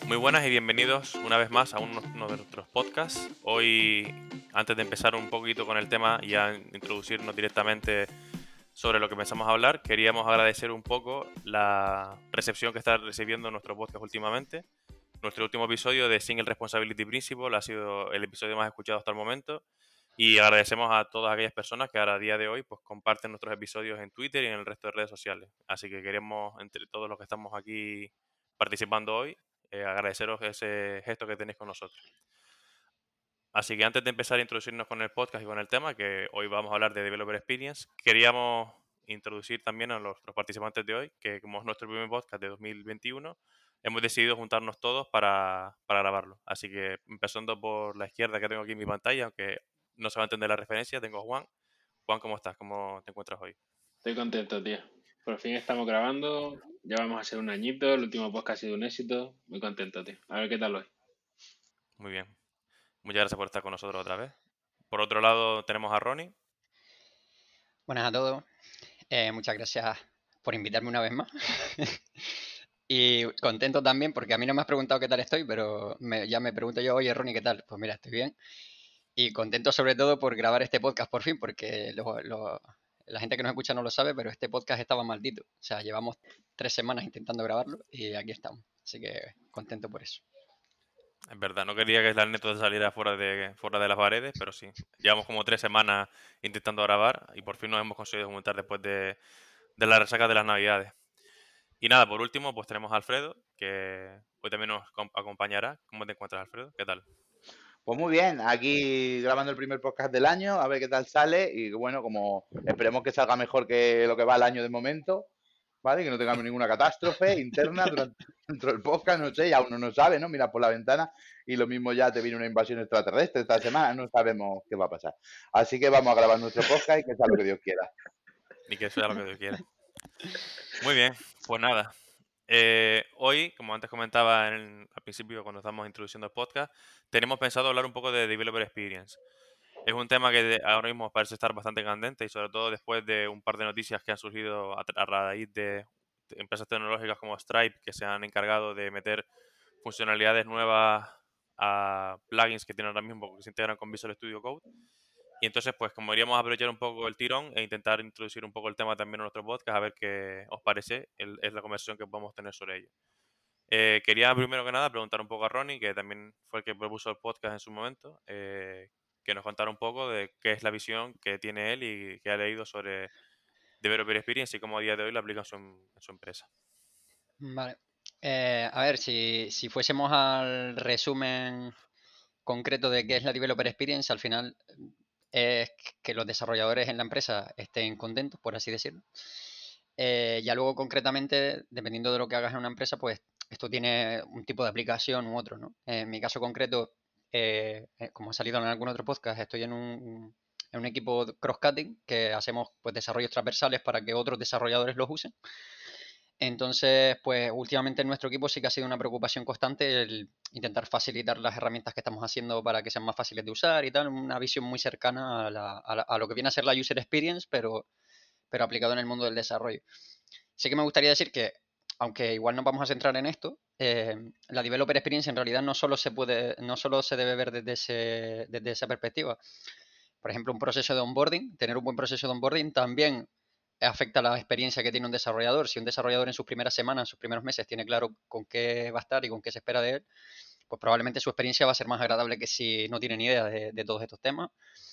Muy buenas y bienvenidos una vez más a uno de nuestros podcasts. Hoy, antes de empezar un poquito con el tema y a introducirnos directamente sobre lo que pensamos hablar, queríamos agradecer un poco la recepción que está recibiendo nuestro podcast últimamente. Nuestro último episodio de Single Responsibility Principle ha sido el episodio más escuchado hasta el momento y agradecemos a todas aquellas personas que ahora a día de hoy pues comparten nuestros episodios en Twitter y en el resto de redes sociales. Así que queremos, entre todos los que estamos aquí participando hoy, agradeceros ese gesto que tenéis con nosotros. Así que antes de empezar a introducirnos con el podcast y con el tema, que hoy vamos a hablar de Developer Experience, queríamos introducir también a nuestros participantes de hoy, que como es nuestro primer podcast de 2021, hemos decidido juntarnos todos para grabarlo. Así que empezando por la izquierda que tengo aquí en mi pantalla, aunque no se va a entender la referencia, tengo a Juan. Juan, ¿cómo estás? ¿Cómo te encuentras hoy? Estoy contento, tío. Por fin estamos grabando. Ya vamos a ser un añito. El último podcast ha sido un éxito. Muy contento, tío. A ver qué tal hoy. Muy bien. Muchas gracias por estar con nosotros otra vez. Por otro lado tenemos a Ronnie. Buenas a todos. Muchas gracias por invitarme una vez más. Y contento también porque a mí no me has preguntado qué tal estoy, pero ya me pregunto yo, oye Ronnie, ¿qué tal? Pues mira, estoy bien. Y contento sobre todo por grabar este podcast por fin, porque la gente que nos escucha no lo sabe, pero este podcast estaba maldito. O sea, llevamos 3 semanas intentando grabarlo y aquí estamos. Así que contento por eso. Es verdad, no quería que la anécdota saliera fuera de las paredes, pero sí. Llevamos como 3 semanas intentando grabar y por fin nos hemos conseguido juntar después de la resaca de las Navidades. Y nada, por último, pues tenemos a Alfredo, que hoy también nos acompañará. ¿Cómo te encuentras, Alfredo? ¿Qué tal? Pues muy bien, aquí grabando el primer podcast del año, a ver qué tal sale y bueno, como esperemos que salga mejor que lo que va el año de momento, ¿vale? Que no tengamos ninguna catástrofe interna durante dentro del podcast, no sé, ya uno no sabe, ¿no? Mira por la ventana y lo mismo ya te viene una invasión extraterrestre esta semana, no sabemos qué va a pasar. Así que vamos a grabar nuestro podcast y que sea lo que Dios quiera. Y que sea lo que Dios quiera. Muy bien, pues nada. Hoy, como antes comentaba al principio cuando estábamos introduciendo el podcast, tenemos pensado hablar un poco de Developer Experience. Es un tema que ahora mismo parece estar bastante candente y sobre todo después de un par de noticias que han surgido a raíz de empresas tecnológicas como Stripe que se han encargado de meter funcionalidades nuevas a plugins que tienen ahora mismo que se integran con Visual Studio Code. Y entonces, pues como queríamos aprovechar un poco el tirón e intentar introducir un poco el tema también en nuestro podcast, a ver qué os parece, es la conversación que podemos tener sobre ello. Quería primero que nada preguntar un poco a Ronnie, que también fue el que propuso el podcast en su momento, que nos contara un poco de qué es la visión que tiene él y que ha leído sobre Developer Experience y cómo a día de hoy la aplica en su empresa. Vale. A ver, si fuésemos al resumen concreto de qué es la Developer Experience, al final es que los desarrolladores en la empresa estén contentos, por así decirlo. Ya luego, concretamente, dependiendo de lo que hagas en una empresa, pues esto tiene un tipo de aplicación u otro, ¿no? En mi caso concreto, como ha salido en algún otro podcast, estoy en un equipo cross-cutting que hacemos pues desarrollos transversales para que otros desarrolladores los usen. Entonces, pues últimamente en nuestro equipo sí que ha sido una preocupación constante el intentar facilitar las herramientas que estamos haciendo para que sean más fáciles de usar y tal, una visión muy cercana a lo que viene a ser la user experience, pero aplicado en el mundo del desarrollo. Sí que me gustaría decir que, aunque igual nos vamos a centrar en esto, la developer experience en realidad no solo se debe ver desde esa perspectiva. Por ejemplo, un proceso de onboarding, tener un buen proceso de onboarding también afecta la experiencia que tiene un desarrollador. Si un desarrollador en sus primeras semanas, en sus primeros meses, tiene claro con qué va a estar y con qué se espera de él, pues probablemente su experiencia va a ser más agradable que si no tiene ni idea de todos estos temas.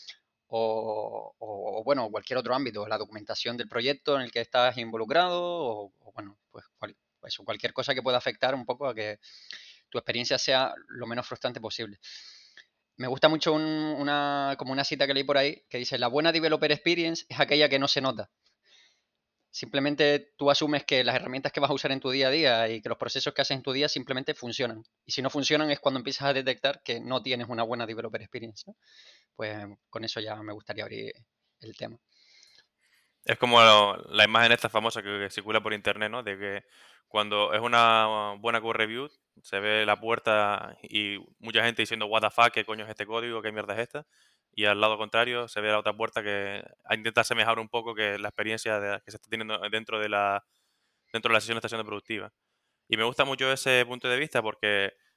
O, bueno, cualquier otro ámbito, la documentación del proyecto en el que estás involucrado, o bueno, pues cualquier cosa que pueda afectar un poco a que tu experiencia sea lo menos frustrante posible. Me gusta mucho como una cita que leí por ahí que dice, la buena developer experience es aquella que no se nota. Simplemente tú asumes que las herramientas que vas a usar en tu día a día y que los procesos que haces en tu día simplemente funcionan. Y si no funcionan es cuando empiezas a detectar que no tienes una buena developer experience, ¿no? Pues con eso ya me gustaría abrir el tema. Es como la imagen esta famosa que circula por internet, ¿no? De que cuando es una buena code review, se ve la puerta y mucha gente diciendo, what the fuck, ¿qué coño es este código? ¿Qué mierda es esta? Y al lado contrario se ve la otra puerta que intenta asemejar un poco que la experiencia que se está teniendo dentro de la sesión de estación productiva. Y me gusta mucho ese punto de vista porque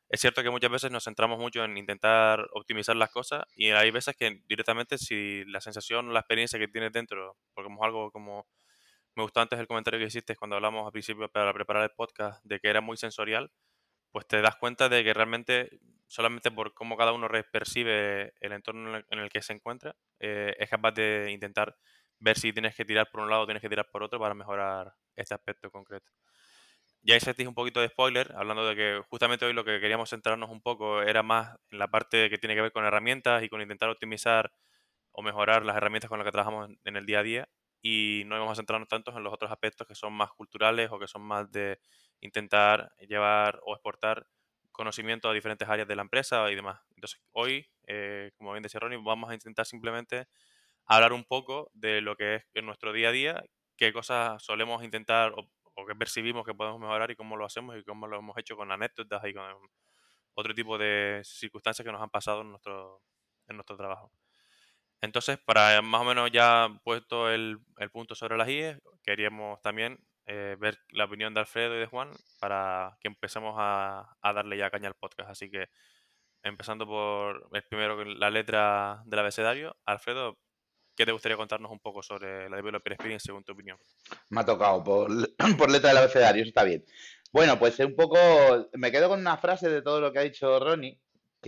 Es cierto que muchas veces nos centramos mucho en intentar optimizar las cosas y hay veces que directamente si la sensación o la experiencia que tienes dentro, porque es algo como me gustó antes el comentario que hiciste cuando hablamos al principio para preparar el podcast de que era muy sensorial, pues te das cuenta de que realmente solamente por cómo cada uno percibe el entorno en el que se encuentra, es capaz de intentar ver si tienes que tirar por un lado o tienes que tirar por otro para mejorar este aspecto concreto. Ya hiciste un poquito de spoiler, hablando de que justamente hoy lo que queríamos centrarnos un poco era más en la parte que tiene que ver con herramientas y con intentar optimizar o mejorar las herramientas con las que trabajamos en el día a día y no íbamos a centrarnos tanto en los otros aspectos que son más culturales o que son más de intentar llevar o exportar conocimiento a diferentes áreas de la empresa y demás. Entonces, hoy, como bien decía Ronnie, vamos a intentar simplemente hablar un poco de lo que es en nuestro día a día, qué cosas solemos intentar o qué percibimos que podemos mejorar y cómo lo hacemos y cómo lo hemos hecho con anécdotas y con otro tipo de circunstancias que nos han pasado en nuestro trabajo. Entonces, para más o menos ya puesto el punto sobre las IES, queríamos también ver la opinión de Alfredo y de Juan para que empecemos a darle ya caña al podcast. Así que, empezando por el primero, la letra del abecedario, Alfredo, ¿qué te gustaría contarnos un poco sobre la Developer Experience según tu opinión? Me ha tocado por, por letra del abecedario, eso está bien. Bueno, pues un poco, me quedo con una frase de todo lo que ha dicho Ronnie,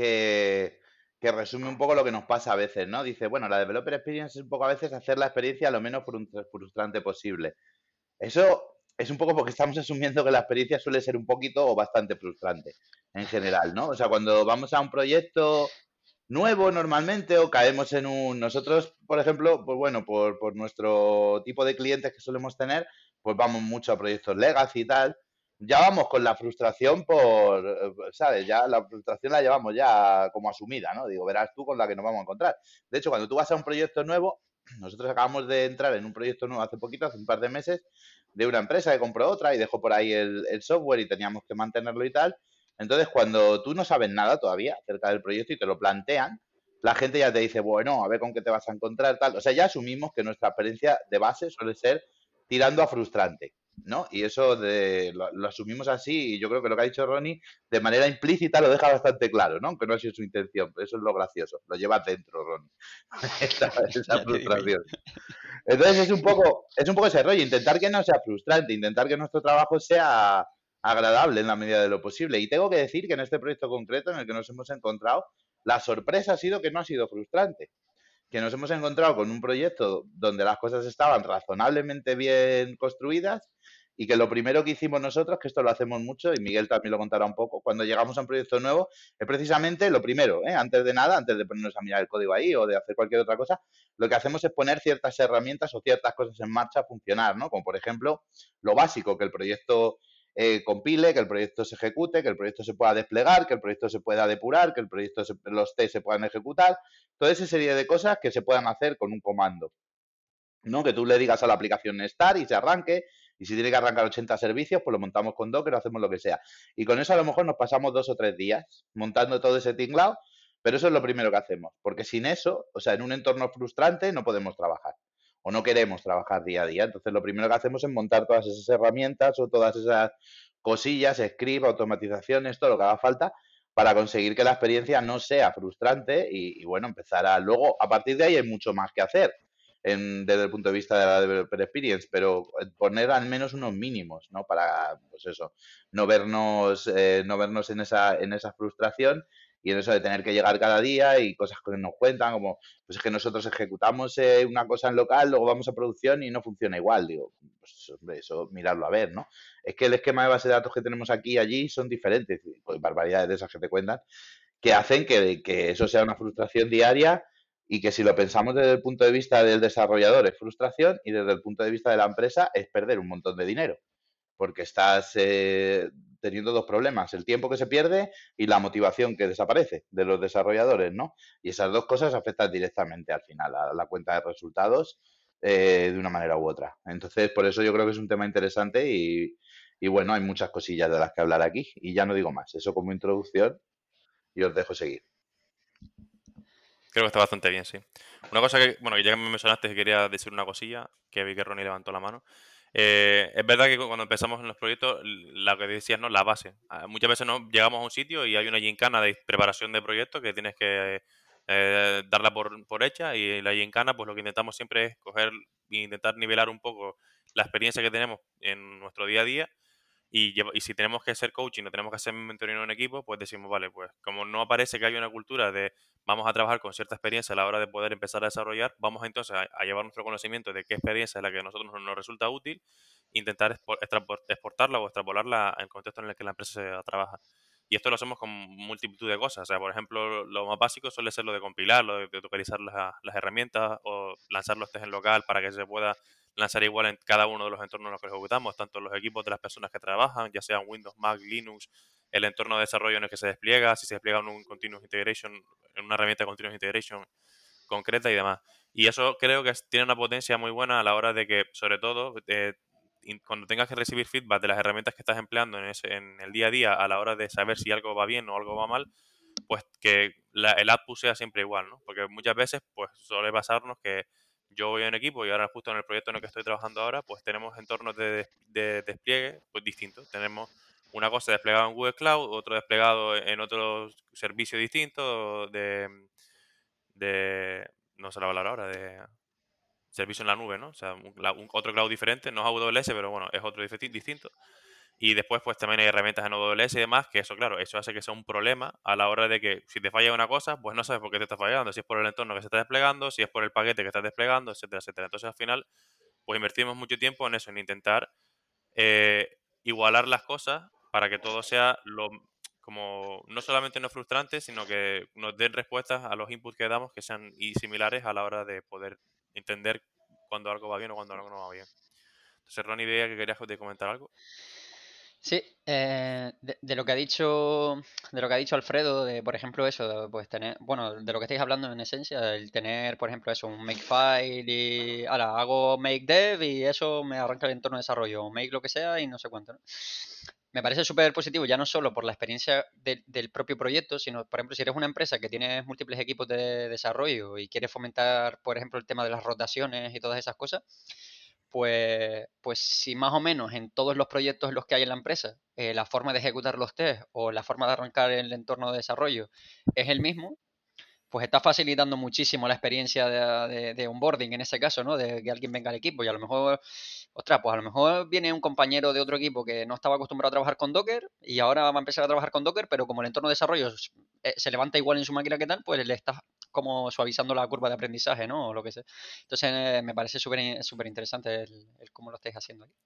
que resume un poco lo que nos pasa a veces, ¿no? Dice, bueno, la Developer Experience es un poco a veces hacer la experiencia lo menos frustrante posible. Eso es un poco porque estamos asumiendo que la experiencia suele ser un poquito o bastante frustrante en general, ¿no? O sea, cuando vamos a un proyecto nuevo normalmente o caemos en un... Nosotros, por ejemplo, pues bueno, por nuestro tipo de clientes que solemos tener, pues vamos mucho a proyectos legacy y tal. Ya vamos con la frustración por, ¿sabes? Ya la frustración la llevamos ya como asumida, ¿no? Digo, verás tú con la que nos vamos a encontrar. De hecho, cuando tú vas a un proyecto nuevo, nosotros acabamos de entrar en un proyecto nuevo hace poquito, hace un par de meses, de una empresa que compró otra y dejó por ahí el software y teníamos que mantenerlo y tal. Entonces, cuando tú no sabes nada todavía acerca del proyecto y te lo plantean, la gente ya te dice, bueno, a ver con qué te vas a encontrar, tal. O sea, ya asumimos que nuestra experiencia de base suele ser tirando a frustrante, ¿no? Y eso lo asumimos así y yo creo que lo que ha dicho Ronnie, de manera implícita lo deja bastante claro, ¿no? Aunque no ha sido su intención. Eso es lo gracioso. Lo llevas dentro, Ronnie. esa Ya te digo yo. frustración. Entonces es un poco ese rollo, intentar que no sea frustrante, intentar que nuestro trabajo sea agradable en la medida de lo posible. Y tengo que decir que en este proyecto concreto en el que nos hemos encontrado, la sorpresa ha sido que no ha sido frustrante, que nos hemos encontrado con un proyecto donde las cosas estaban razonablemente bien construidas y que lo primero que hicimos nosotros, que esto lo hacemos mucho, y Miguel también lo contará un poco, cuando llegamos a un proyecto nuevo, es precisamente lo primero, antes de nada, antes de ponernos a mirar el código ahí o de hacer cualquier otra cosa, lo que hacemos es poner ciertas herramientas o ciertas cosas en marcha a funcionar, ¿no? Como por ejemplo, lo básico, que el proyecto compile, que el proyecto se ejecute, que el proyecto se pueda desplegar, que el proyecto se pueda depurar, que los test se puedan ejecutar, toda esa serie de cosas que se puedan hacer con un comando, ¿no? Que tú le digas a la aplicación start y se arranque, y si tiene que arrancar 80 servicios, pues lo montamos con Docker o hacemos lo que sea. Y con eso a lo mejor nos pasamos 2 o 3 días montando todo ese tinglado, pero eso es lo primero que hacemos, porque sin eso, o sea, en un entorno frustrante no podemos trabajar o no queremos trabajar día a día. Entonces lo primero que hacemos es montar todas esas herramientas o todas esas cosillas, script, automatizaciones, todo lo que haga falta para conseguir que la experiencia no sea frustrante y bueno, empezar a... Luego, a partir de ahí hay mucho más que hacer desde el punto de vista de la developer experience, pero poner al menos unos mínimos, ¿no? Para, pues eso, no vernos en esa frustración y en eso de tener que llegar cada día y cosas que nos cuentan, como, pues es que nosotros ejecutamos una cosa en local, luego vamos a producción y no funciona igual. Digo, pues hombre, eso mirarlo a ver, ¿no? Es que el esquema de base de datos que tenemos aquí y allí son diferentes, pues barbaridades de esas que te cuentan, que hacen que eso sea una frustración diaria y que si lo pensamos desde el punto de vista del desarrollador es frustración y desde el punto de vista de la empresa es perder un montón de dinero, porque estás teniendo dos problemas, el tiempo que se pierde y la motivación que desaparece de los desarrolladores, ¿no? Y esas dos cosas afectan directamente al final a la cuenta de resultados de una manera u otra. Entonces, por eso yo creo que es un tema interesante y bueno, hay muchas cosillas de las que hablar aquí y ya no digo más, eso como introducción y os dejo seguir. Creo que está bastante bien, sí. Una cosa que, bueno, ya que me mencionaste que quería decir una cosilla, que vi que Ronnie levantó la mano, Es verdad que cuando empezamos en los proyectos, lo que decías, ¿no? La base. Muchas veces no llegamos a un sitio y hay una gincana de preparación de proyectos que tienes que darla por hecha, y la gincana, pues lo que intentamos siempre es coger e intentar nivelar un poco la experiencia que tenemos en nuestro día a día, y si tenemos que hacer coaching o tenemos que hacer mentoring en un equipo, pues decimos, vale, pues como no aparece que hay una cultura de vamos a trabajar con cierta experiencia a la hora de poder empezar a desarrollar, vamos entonces a llevar nuestro conocimiento de qué experiencia es la que a nosotros nos resulta útil, intentar exportarla o extrapolarla en el contexto en el que la empresa trabaja. Y esto lo hacemos con multitud de cosas. O sea, por ejemplo, lo más básico suele ser lo de compilar, lo de utilizar las herramientas o lanzar los test en local para que se pueda lanzar igual en cada uno de los entornos en los que ejecutamos, tanto los equipos de las personas que trabajan, ya sean Windows, Mac, Linux, el entorno de desarrollo en el que se despliega, si se despliega en un Continuous Integration, en una herramienta de Continuous Integration concreta y demás. Y eso creo que tiene una potencia muy buena a la hora de que, sobre todo, cuando tengas que recibir feedback de las herramientas que estás empleando en el día a día a la hora de saber si algo va bien o algo va mal, pues que el output sea siempre igual, ¿no? Porque muchas veces pues suele pasarnos que yo voy en equipo y ahora justo en el proyecto en el que estoy trabajando ahora, pues tenemos entornos de despliegue pues distintos. Tenemos una cosa desplegada en Google Cloud, otro desplegado en otro servicio distinto no sé la palabra ahora, de servicio en la nube, ¿no? O sea, otro cloud diferente, no es AWS, pero bueno, es otro distinto. Y después, pues también hay herramientas en AWS y demás, que eso, claro, eso hace que sea un problema a la hora de que si te falla una cosa, pues no sabes por qué te está fallando, si es por el entorno que se está desplegando, si es por el paquete que estás desplegando, etcétera, etcétera. Entonces, al final, pues invertimos mucho tiempo en eso, en intentar eh, igualar las cosas para que todo sea como no solamente no frustrante, sino que nos den respuestas a los inputs que damos que sean y similares a la hora de poder entender cuando algo va bien o cuando algo no va bien. Entonces, Ronnie, veía que querías de comentar algo. Sí, de lo que ha dicho, de lo que ha dicho Alfredo, de por ejemplo eso, de, pues tener, bueno, de lo que estáis hablando en esencia, el tener, por ejemplo, eso, un makefile y ahora hago make dev y eso me arranca el entorno de desarrollo, o make lo que sea y no sé cuánto, ¿no? Me parece súper positivo, ya no solo por la experiencia del propio proyecto, sino, por ejemplo, si eres una empresa que tienes múltiples equipos de desarrollo y quieres fomentar, por ejemplo, el tema de las rotaciones y todas esas cosas, pues si más o menos en todos los proyectos en los que hay en la empresa, la forma de ejecutar los test o la forma de arrancar el entorno de desarrollo es el mismo, pues está facilitando muchísimo la experiencia de onboarding en ese caso, ¿no? De que alguien venga al equipo y a lo mejor, ostras, pues a lo mejor viene un compañero de otro equipo que no estaba acostumbrado a trabajar con Docker y ahora va a empezar a trabajar con Docker, pero como el entorno de desarrollo se levanta igual en su máquina que tal, pues le estás como suavizando la curva de aprendizaje, ¿no? O lo que sea. Entonces me parece súper interesante el cómo lo estáis haciendo aquí.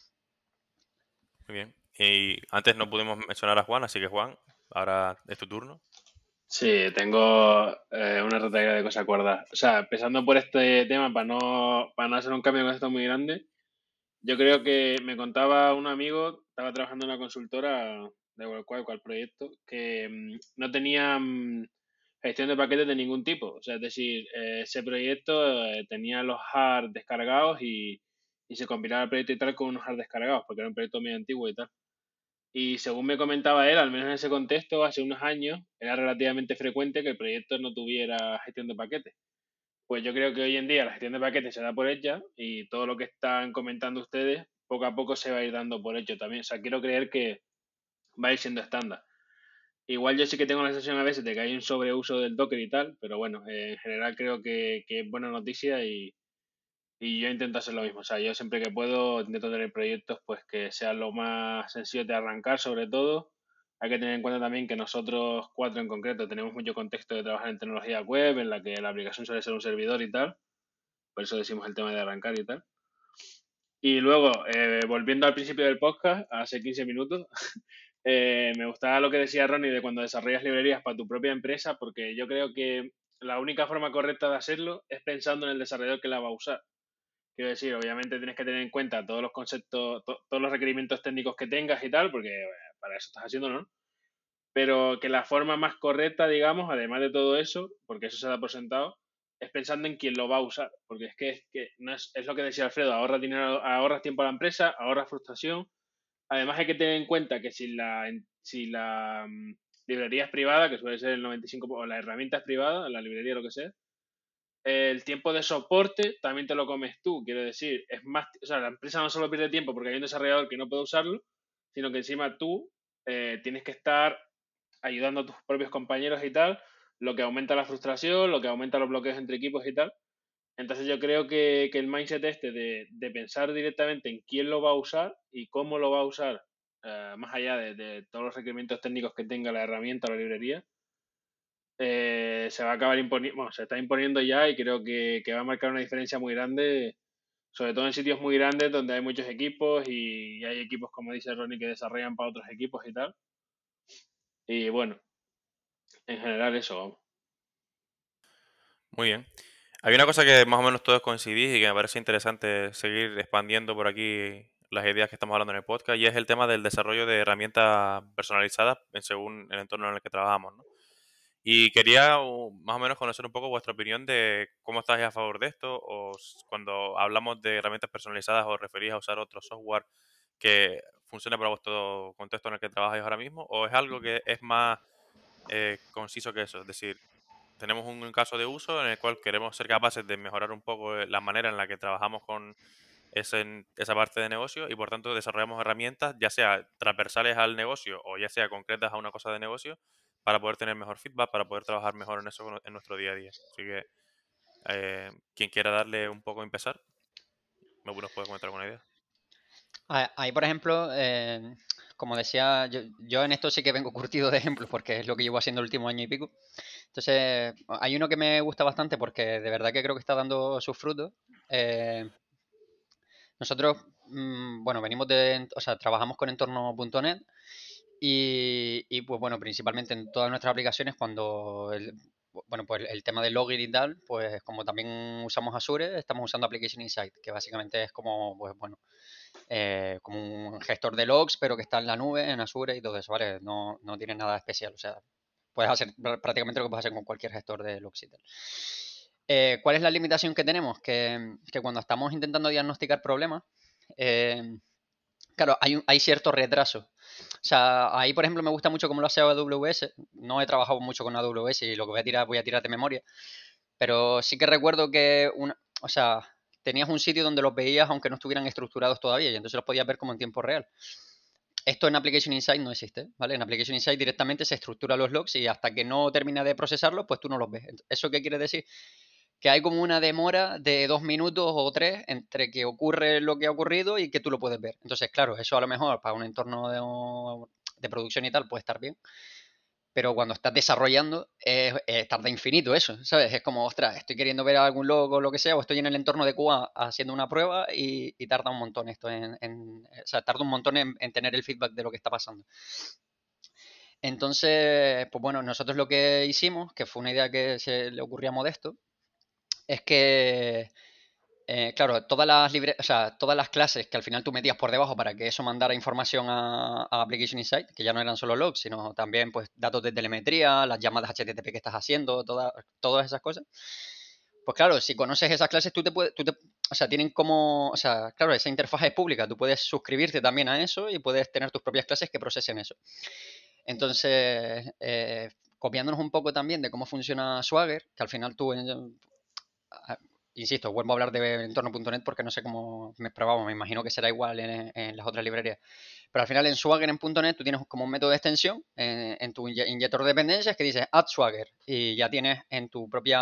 Muy bien. Y antes no pudimos mencionar a Juan, así que Juan, ahora es tu turno. Sí, tengo una retaila de cosas acordadas. O sea, empezando por este tema, para no hacer un cambio de concepto muy grande, yo creo que me contaba un amigo, estaba trabajando en una consultora de cual proyecto, que no tenía gestión de paquetes de ningún tipo. O sea, es decir, ese proyecto tenía los hard descargados y se compilaba el proyecto y tal con unos hard descargados, porque era un proyecto muy antiguo y tal. Y según me comentaba él, al menos en ese contexto, hace unos años, era relativamente frecuente que el proyecto no tuviera gestión de paquetes. Pues yo creo que hoy en día la gestión de paquetes se da por hecha y todo lo que están comentando ustedes, poco a poco se va a ir dando por hecho también. O sea, quiero creer que va a ir siendo estándar. Igual yo sí que tengo la sensación a veces de que hay un sobreuso del Docker y tal, pero bueno, en general creo que es buena noticia y yo intento hacer lo mismo. O sea, yo siempre que puedo intento tener proyectos pues que sean lo más sencillos de arrancar, sobre todo. Hay que tener en cuenta también que nosotros cuatro en concreto tenemos mucho contexto de trabajar en tecnología web, en la que la aplicación suele ser un servidor y tal. Por eso decimos el tema de arrancar y tal. Y luego, volviendo al principio del podcast, hace 15 minutos, me gustaba lo que decía Ronnie de cuando desarrollas librerías para tu propia empresa, porque yo creo que la única forma correcta de hacerlo es pensando en el desarrollador que la va a usar. Quiero decir, obviamente tienes que tener en cuenta todos los conceptos, todos los requerimientos técnicos que tengas y tal, porque para eso estás haciendo, ¿no? Pero que la forma más correcta, digamos, además de todo eso, porque eso se da por sentado, es pensando en quién lo va a usar. Porque es que no es lo que decía Alfredo, ahorras dinero, ahorras tiempo a la empresa, ahorras frustración. Además hay que tener en cuenta que si la librería es privada, que suele ser el 95%, o la herramienta es privada, la librería lo que sea, el tiempo de soporte también te lo comes tú. Quiero decir, es más, o sea, la empresa no solo pierde tiempo porque hay un desarrollador que no puede usarlo, sino que encima tú tienes que estar ayudando a tus propios compañeros y tal, lo que aumenta la frustración, lo que aumenta los bloqueos entre equipos y tal. Entonces yo creo que el mindset este de pensar directamente en quién lo va a usar y cómo lo va a usar, más allá de todos los requerimientos técnicos que tenga la herramienta o la librería, se va a acabar imponiendo, bueno, se está imponiendo ya y creo que va a marcar una diferencia muy grande, sobre todo en sitios muy grandes donde hay muchos equipos y hay equipos, como dice Ronnie, que desarrollan para otros equipos y tal. Y bueno, en general eso, vamos. Muy bien. Hay una cosa que más o menos todos coincidís y que me parece interesante seguir expandiendo por aquí las ideas que estamos hablando en el podcast, y es el tema del desarrollo de herramientas personalizadas según el entorno en el que trabajamos, ¿no? Y quería más o menos conocer un poco vuestra opinión de cómo estáis a favor de esto, o cuando hablamos de herramientas personalizadas os referís a usar otro software que funcione para vuestro contexto en el que trabajáis ahora mismo, o es algo que es más conciso que eso. Es decir, tenemos un caso de uso en el cual queremos ser capaces de mejorar un poco la manera en la que trabajamos con esa parte de negocio, y por tanto desarrollamos herramientas, ya sea transversales al negocio o ya sea concretas a una cosa de negocio, para poder tener mejor feedback, para poder trabajar mejor en eso en nuestro día a día. Así que quien quiera darle un poco a empezar, nos puede comentar alguna idea. Ahí, por ejemplo, como decía, yo en esto sí que vengo curtido de ejemplos porque es lo que llevo haciendo el último año y pico. Entonces, hay uno que me gusta bastante porque de verdad que creo que está dando sus frutos. Nosotros, bueno, o sea, trabajamos con entorno.net y, pues bueno, principalmente en todas nuestras aplicaciones bueno, pues el tema de login y tal, pues como también usamos Azure, estamos usando Application Insight, que básicamente es como, pues bueno, como un gestor de logs, pero que está en la nube, en Azure y todo eso, ¿vale? No tiene nada especial, o sea, puedes hacer prácticamente lo que puedes hacer con cualquier gestor de logs y tal. ¿Cuál es la limitación que tenemos? Que cuando estamos intentando diagnosticar problemas, claro, hay cierto retraso. O sea, ahí, por ejemplo, me gusta mucho cómo lo hace AWS. No he trabajado mucho con AWS y lo que voy a tirar de memoria. Pero sí que recuerdo que, o sea, tenías un sitio donde los veías aunque no estuvieran estructurados todavía y entonces los podías ver como en tiempo real. Esto en Application Insight no existe, ¿vale? En Application Insight directamente se estructura los logs y hasta que no termina de procesarlos, pues tú no los ves. ¿Eso qué quiere decir? Que hay como una demora de 2 minutos o 3 entre que ocurre lo que ha ocurrido y que tú lo puedes ver. Entonces, claro, eso a lo mejor para un entorno de producción y tal puede estar bien, pero cuando estás desarrollando tarda infinito eso, ¿sabes? Es como, ostras, estoy queriendo ver algún logo o lo que sea, o estoy en el entorno de QA haciendo una prueba y tarda un montón esto o sea, tarda un montón en tener el feedback de lo que está pasando. Entonces, pues bueno, nosotros lo que hicimos, que fue una idea que se le ocurrió a Modesto, es que claro, o sea, todas las clases que al final tú metías por debajo para que eso mandara información a Application Insight, que ya no eran solo logs, sino también pues datos de telemetría, las llamadas HTTP que estás haciendo, todas esas cosas. Pues claro, si conoces esas clases, o sea, tienen como, o sea, claro, esa interfaz es pública, tú puedes suscribirte también a eso y puedes tener tus propias clases que procesen eso. Entonces, copiándonos un poco también de cómo funciona Swagger, que al final insisto, vuelvo a hablar de entorno.net porque no sé cómo me probamos, me imagino que será igual en las otras librerías. Pero al final en Swagger en .net tú tienes como un método de extensión en tu inyector de dependencias que dice add Swagger y ya tienes en tu propia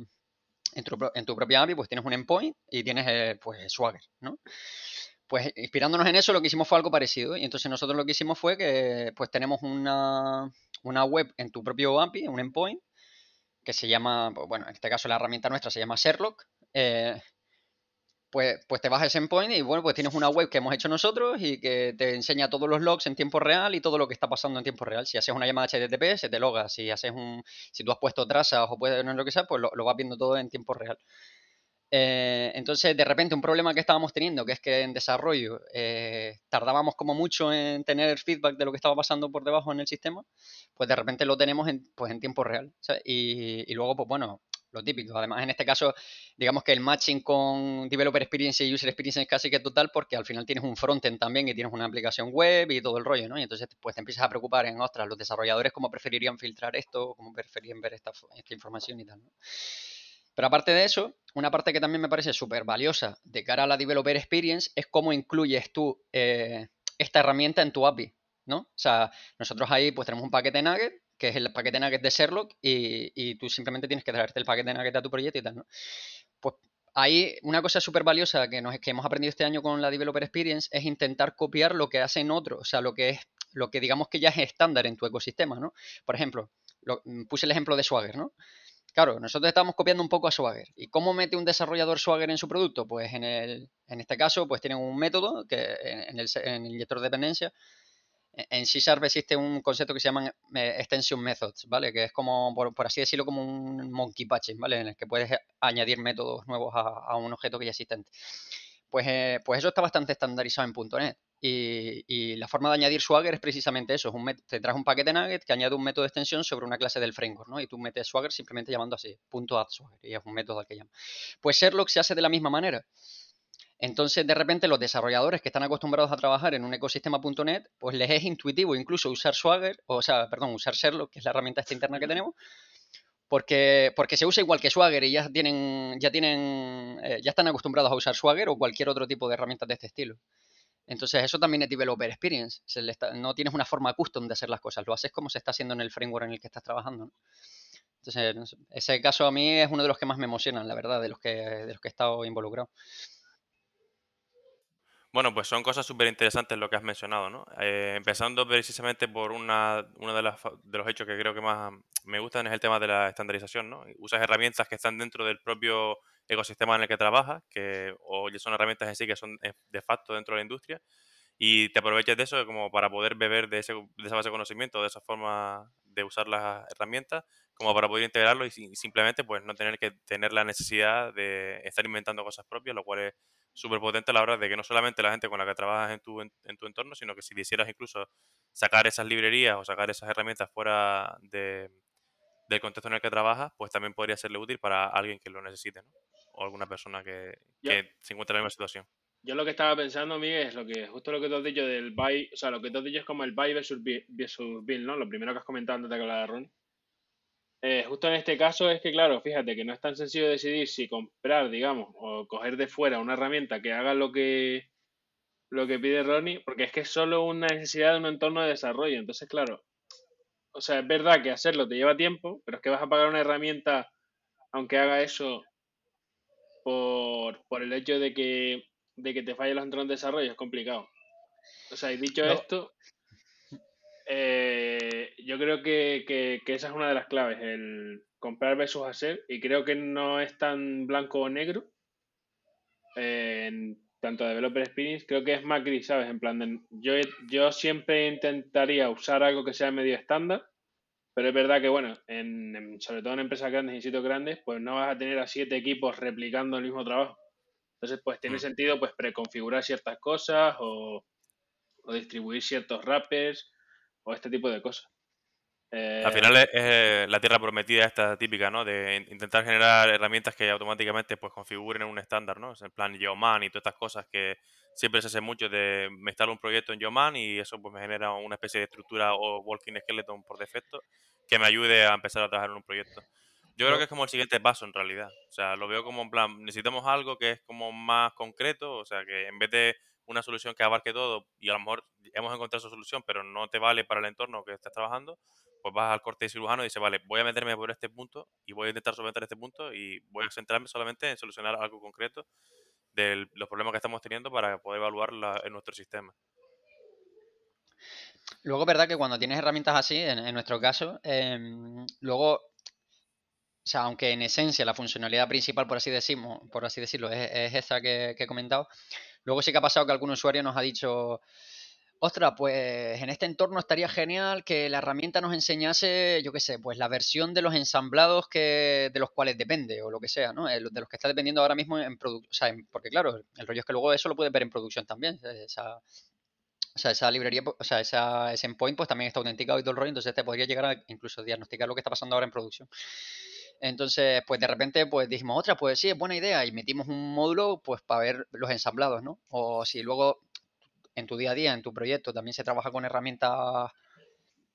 API pues tienes un endpoint y tienes pues Swagger, ¿no? Pues inspirándonos en eso lo que hicimos fue algo parecido y entonces nosotros lo que hicimos fue que pues tenemos una web en tu propio API, un endpoint que se llama, pues, bueno, en este caso la herramienta nuestra se llama Sherlock. Pues te vas a ese endpoint y bueno, pues tienes una web que hemos hecho nosotros y que te enseña todos los logs en tiempo real y todo lo que está pasando en tiempo real. Si haces una llamada HTTP, se te loga. Si tú has puesto trazas o puedes no lo que sea, pues lo vas viendo todo en tiempo real. Entonces, de repente, un problema que estábamos teniendo, que es que en desarrollo tardábamos como mucho en tener feedback de lo que estaba pasando por debajo en el sistema, pues de repente lo tenemos pues en tiempo real, ¿sabes? Y luego, pues bueno, lo típico. Además, en este caso, digamos que el matching con Developer Experience y User Experience es casi que total porque al final tienes un frontend también y tienes una aplicación web y todo el rollo, ¿no? Y entonces, pues te empiezas a preocupar en, ostras, los desarrolladores cómo preferirían filtrar esto, cómo preferirían ver esta información y tal, ¿no? Pero aparte de eso, una parte que también me parece súper valiosa de cara a la Developer Experience es cómo incluyes tú esta herramienta en tu API, ¿no? O sea, nosotros ahí pues tenemos un paquete Nugget, que es el paquete Nugget de Sherlock, y tú simplemente tienes que traerte el paquete Nugget a tu proyecto y tal, ¿no? Pues ahí una cosa súper valiosa que hemos aprendido este año con la Developer Experience es intentar copiar lo que hacen otros, o sea, lo que digamos que ya es estándar en tu ecosistema, ¿no? Por ejemplo, puse el ejemplo de Swagger, ¿no? Claro, nosotros estamos copiando un poco a Swagger. ¿Y cómo mete un desarrollador Swagger en su producto? Pues en este caso, pues tienen un método que en el inyector de dependencia. En C Sharp existe un concepto que se llama extension methods, ¿vale? Que es como, por así decirlo, como un monkey patching, ¿vale? En el que puedes añadir métodos nuevos a un objeto que ya existente. Pues eso está bastante estandarizado en .NET. Y la forma de añadir Swagger es precisamente eso. Te traes un paquete Nugget que añade un método de extensión sobre una clase del framework, ¿no? Y tú metes Swagger simplemente llamando así, .add_swagger, y es un método al que llama. Pues Sherlock se hace de la misma manera. Entonces, de repente, los desarrolladores que están acostumbrados a trabajar en un ecosistema .NET, pues les es intuitivo incluso usar Swagger, usar Sherlock, que es la herramienta esta interna que tenemos, porque se usa igual que Swagger y ya están acostumbrados a usar Swagger o cualquier otro tipo de herramientas de este estilo. Entonces, eso también es Developer Experience. No tienes una forma custom de hacer las cosas, lo haces como se está haciendo en el framework en el que estás trabajando, ¿no? Entonces, no sé, ese caso a mí es uno de los que más me emocionan, la verdad, de los que he estado involucrado. Bueno, pues son cosas súper interesantes lo que has mencionado, ¿no? Empezando precisamente por uno de los hechos que creo que más me gustan es el tema de la estandarización, ¿no? Usas herramientas que están dentro del propio ecosistema en el que trabajas, o ya son herramientas en sí que son de facto dentro de la industria, y te aprovechas de eso como para poder beber de esa base de conocimiento, de esa forma de usar las herramientas, como para poder integrarlo y simplemente pues no tener que tener la necesidad de estar inventando cosas propias, lo cual es súper potente a la hora de que no solamente la gente con la que trabajas en tu entorno, sino que si quisieras incluso sacar esas librerías o sacar esas herramientas fuera del contexto en el que trabajas, pues también podría serle útil para alguien que lo necesite, ¿no? O alguna persona Yo, que se encuentra en la misma situación. yo lo que estaba pensando, Miguel, es justo lo que tú has dicho del buy, o sea, lo que tú has dicho es como el buy versus build, ¿no? Lo primero que has comentado antes de que hablara Ron. Justo en este caso es que, claro, fíjate que no es tan sencillo decidir si comprar, digamos, o coger de fuera una herramienta que haga lo que pide Ronnie, porque es que es solo una necesidad de un entorno de desarrollo. Entonces, claro, o sea, es verdad que hacerlo te lleva tiempo, pero es que vas a pagar una herramienta, aunque haga eso, por el hecho de que te fallen los entornos de desarrollo, es complicado. O sea, y dicho Luego, esto, yo creo que esa es una de las claves, el comprar versus hacer, y creo que no es tan blanco o negro en tanto Developer Experience, creo que es más gris, ¿sabes? En plan, yo siempre intentaría usar algo que sea medio estándar, pero es verdad que, bueno, sobre todo en empresas grandes y sitios grandes, pues no vas a tener a 7 equipos replicando el mismo trabajo. Entonces, pues tiene Mm. sentido pues preconfigurar ciertas cosas o distribuir ciertos wrappers o este tipo de cosas. Al Eh, final es la tierra prometida esta típica, ¿no? De intentar generar herramientas que automáticamente pues configuren un estándar, ¿no? Es en plan Yeoman y todas estas cosas que siempre se hace mucho de me instalo un proyecto en Yeoman y eso pues me genera una especie de estructura o walking skeleton por defecto que me ayude a empezar a trabajar en un proyecto. Yo creo que luego, es como el siguiente paso en realidad. O sea, lo veo como en plan, necesitamos algo que es como más concreto, o sea, que en vez de una solución que abarque todo y a lo mejor hemos encontrado esa solución, pero no te vale para el entorno que estás trabajando, pues vas al corte de cirujano y dices, vale, voy a meterme por este punto y voy a intentar solventar este punto y voy a centrarme solamente en solucionar algo concreto de los problemas que estamos teniendo para poder evaluar en nuestro sistema. luego, verdad que cuando tienes herramientas así, en nuestro caso, luego, o sea, aunque en esencia la funcionalidad principal, por así decirlo, es esa que he comentado, luego sí que ha pasado que algún usuario nos ha dicho, ostras, pues en este entorno estaría genial que la herramienta nos enseñase, yo qué sé, pues la versión de los ensamblados de los cuales depende o lo que sea, ¿no? De los que está dependiendo ahora mismo en producción. O sea, porque claro, el rollo es que luego eso lo puedes ver en producción también. Esa librería, o sea, ese endpoint pues también está autenticado y todo el rollo, entonces te podría llegar a incluso diagnosticar lo que está pasando ahora en producción. Entonces, pues de repente, pues dijimos, otra, pues sí, es buena idea, y metimos un módulo pues para ver los ensamblados, ¿no? O si luego en tu día a día, en tu proyecto, también se trabaja con herramientas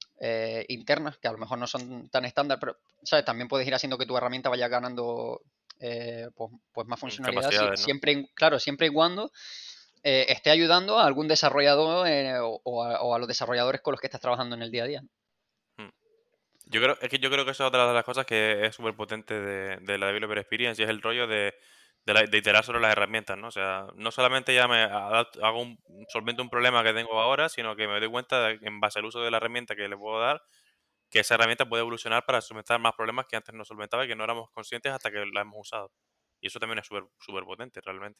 internas, que a lo mejor no son tan estándar, pero, ¿sabes? También puedes ir haciendo que tu herramienta vaya ganando pues más funcionalidad, capacidades, ¿no? siempre y cuando esté ayudando a algún desarrollador o a los desarrolladores con los que estás trabajando en el día a día. Mm. Yo creo que eso es otra de las cosas que es súper potente de la Developer Experience y es el rollo de iterar sobre las herramientas, ¿no? O sea, no solamente ya solvento un problema que tengo ahora, sino que me doy cuenta en base al uso de la herramienta que le puedo dar, que esa herramienta puede evolucionar para solventar más problemas que antes no solventaba y que no éramos conscientes hasta que la hemos usado. Y eso también es súper súper potente, realmente.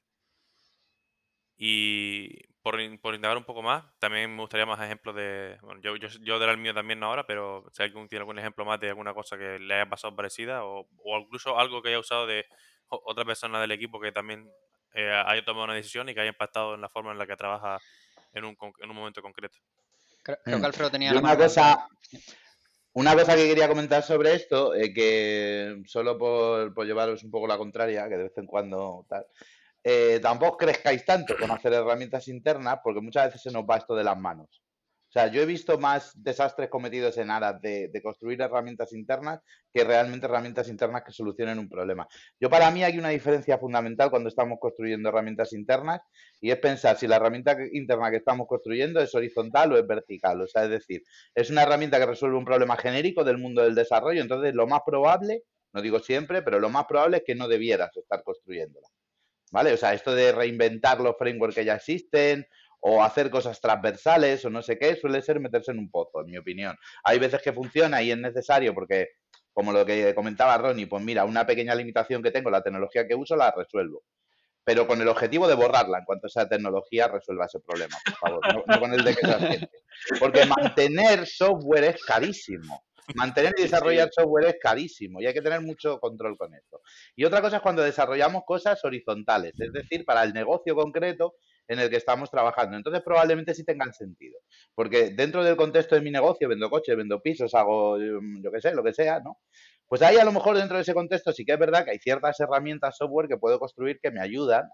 Y por indagar un poco más, también me gustaría más ejemplos de... Bueno, yo daré el mío también ahora, pero si alguien tiene algún ejemplo más de alguna cosa que le haya pasado parecida o incluso algo que haya usado de otra persona del equipo que también haya tomado una decisión y que haya impactado en la forma en la que trabaja en un momento concreto. Creo que Alfredo tenía Yo la mano levantada. una cosa que quería comentar sobre esto, que solo por llevaros un poco la contraria, que de vez en cuando tal, tampoco crezcáis tanto con hacer herramientas internas, porque muchas veces se nos va esto de las manos. O sea, yo he visto más desastres cometidos en aras de construir herramientas internas que realmente herramientas internas que solucionen un problema. Para mí hay una diferencia fundamental cuando estamos construyendo herramientas internas y es pensar si la herramienta interna que estamos construyendo es horizontal o es vertical. O sea, es decir, es una herramienta que resuelve un problema genérico del mundo del desarrollo, entonces lo más probable, no digo siempre, pero lo más probable es que no debieras estar construyéndola. ¿Vale? O sea, esto de reinventar los frameworks que ya existen o hacer cosas transversales o no sé qué, suele ser meterse en un pozo, en mi opinión. Hay veces que funciona y es necesario porque, como lo que comentaba Ronnie, pues mira, una pequeña limitación que tengo, la tecnología que uso, la resuelvo. Pero con el objetivo de borrarla en cuanto esa tecnología resuelva ese problema, por favor. No con el de que se asiente. Porque mantener software es carísimo. Mantener y Sí, sí. desarrollar software es carísimo y hay que tener mucho control con esto. Y otra cosa es cuando desarrollamos cosas horizontales, es decir, para el negocio concreto en el que estamos trabajando. Entonces probablemente sí tengan sentido. Porque dentro del contexto de mi negocio, vendo coches, vendo pisos, hago, yo qué sé, lo que sea, ¿no? Pues ahí a lo mejor dentro de ese contexto sí que es verdad que hay ciertas herramientas software que puedo construir que me ayudan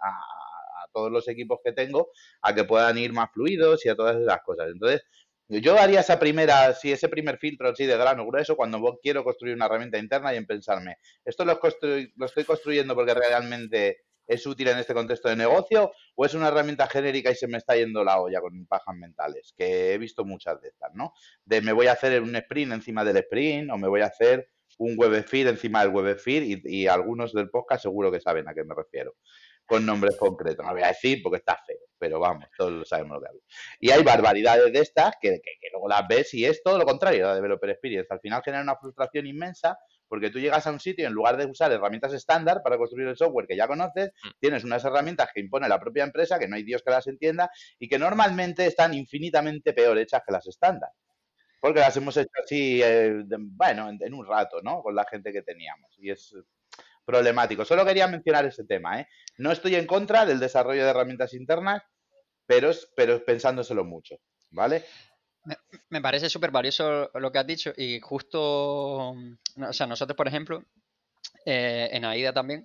a todos los equipos que tengo a que puedan ir más fluidos y a todas esas cosas. Entonces, yo haría ese primer filtro así de grano grueso cuando quiero construir una herramienta interna y en pensarme, ¿esto lo estoy construyendo porque realmente es útil en este contexto de negocio o es una herramienta genérica y se me está yendo la olla con pajas mentales? Que he visto muchas de estas, ¿no? De me voy a hacer un sprint encima del sprint o me voy a hacer un WebSphere encima del WebSphere y algunos del podcast seguro que saben a qué me refiero, con nombres concretos. No voy a decir porque está feo, pero vamos, todos lo sabemos lo que hablo. Y hay barbaridades de estas que luego las ves y es todo lo contrario la Developer Experience. Al final genera una frustración inmensa porque tú llegas a un sitio y en lugar de usar herramientas estándar para construir el software que ya conoces, tienes unas herramientas que impone la propia empresa, que no hay Dios que las entienda y que normalmente están infinitamente peor hechas que las estándar. Porque las hemos hecho así, bueno, en un rato, ¿no? Con la gente que teníamos. Y es problemático. Solo quería mencionar ese tema, ¿eh? No estoy en contra del desarrollo de herramientas internas, pero pensándoselo mucho, ¿vale? Me parece súper valioso lo que has dicho y justo, o sea, nosotros, por ejemplo, en AIDA también,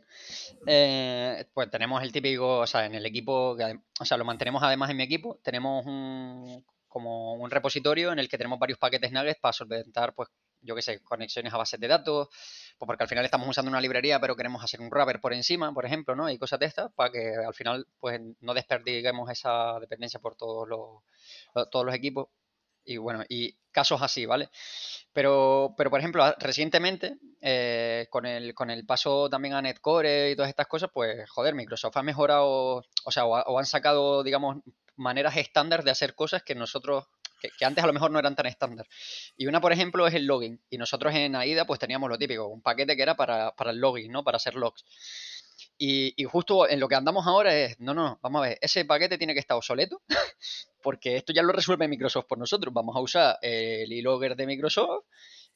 pues tenemos el típico, o sea, en el equipo, o sea, lo mantenemos además en mi equipo, tenemos como un repositorio en el que tenemos varios paquetes nuggets para solventar, pues, yo qué sé, conexiones a bases de datos, pues porque al final estamos usando una librería, pero queremos hacer un wrapper por encima, por ejemplo, ¿no? Y cosas de estas, para que al final, pues, no desperdiguemos esa dependencia por todos los equipos. Y bueno, y casos así, ¿vale? Pero por ejemplo, recientemente, con el paso también a Netcore y todas estas cosas, pues, joder, Microsoft ha mejorado, o sea, o han sacado, digamos, maneras estándar de hacer cosas que nosotros, que antes a lo mejor no eran tan estándar. Y una, por ejemplo, es el login. Y nosotros en AIDA, pues teníamos lo típico, un paquete que era para el login, ¿no? Para hacer logs. Y justo en lo que andamos ahora es, no, vamos a ver, ese paquete tiene que estar obsoleto, porque esto ya lo resuelve Microsoft por nosotros. Vamos a usar el e-logger de Microsoft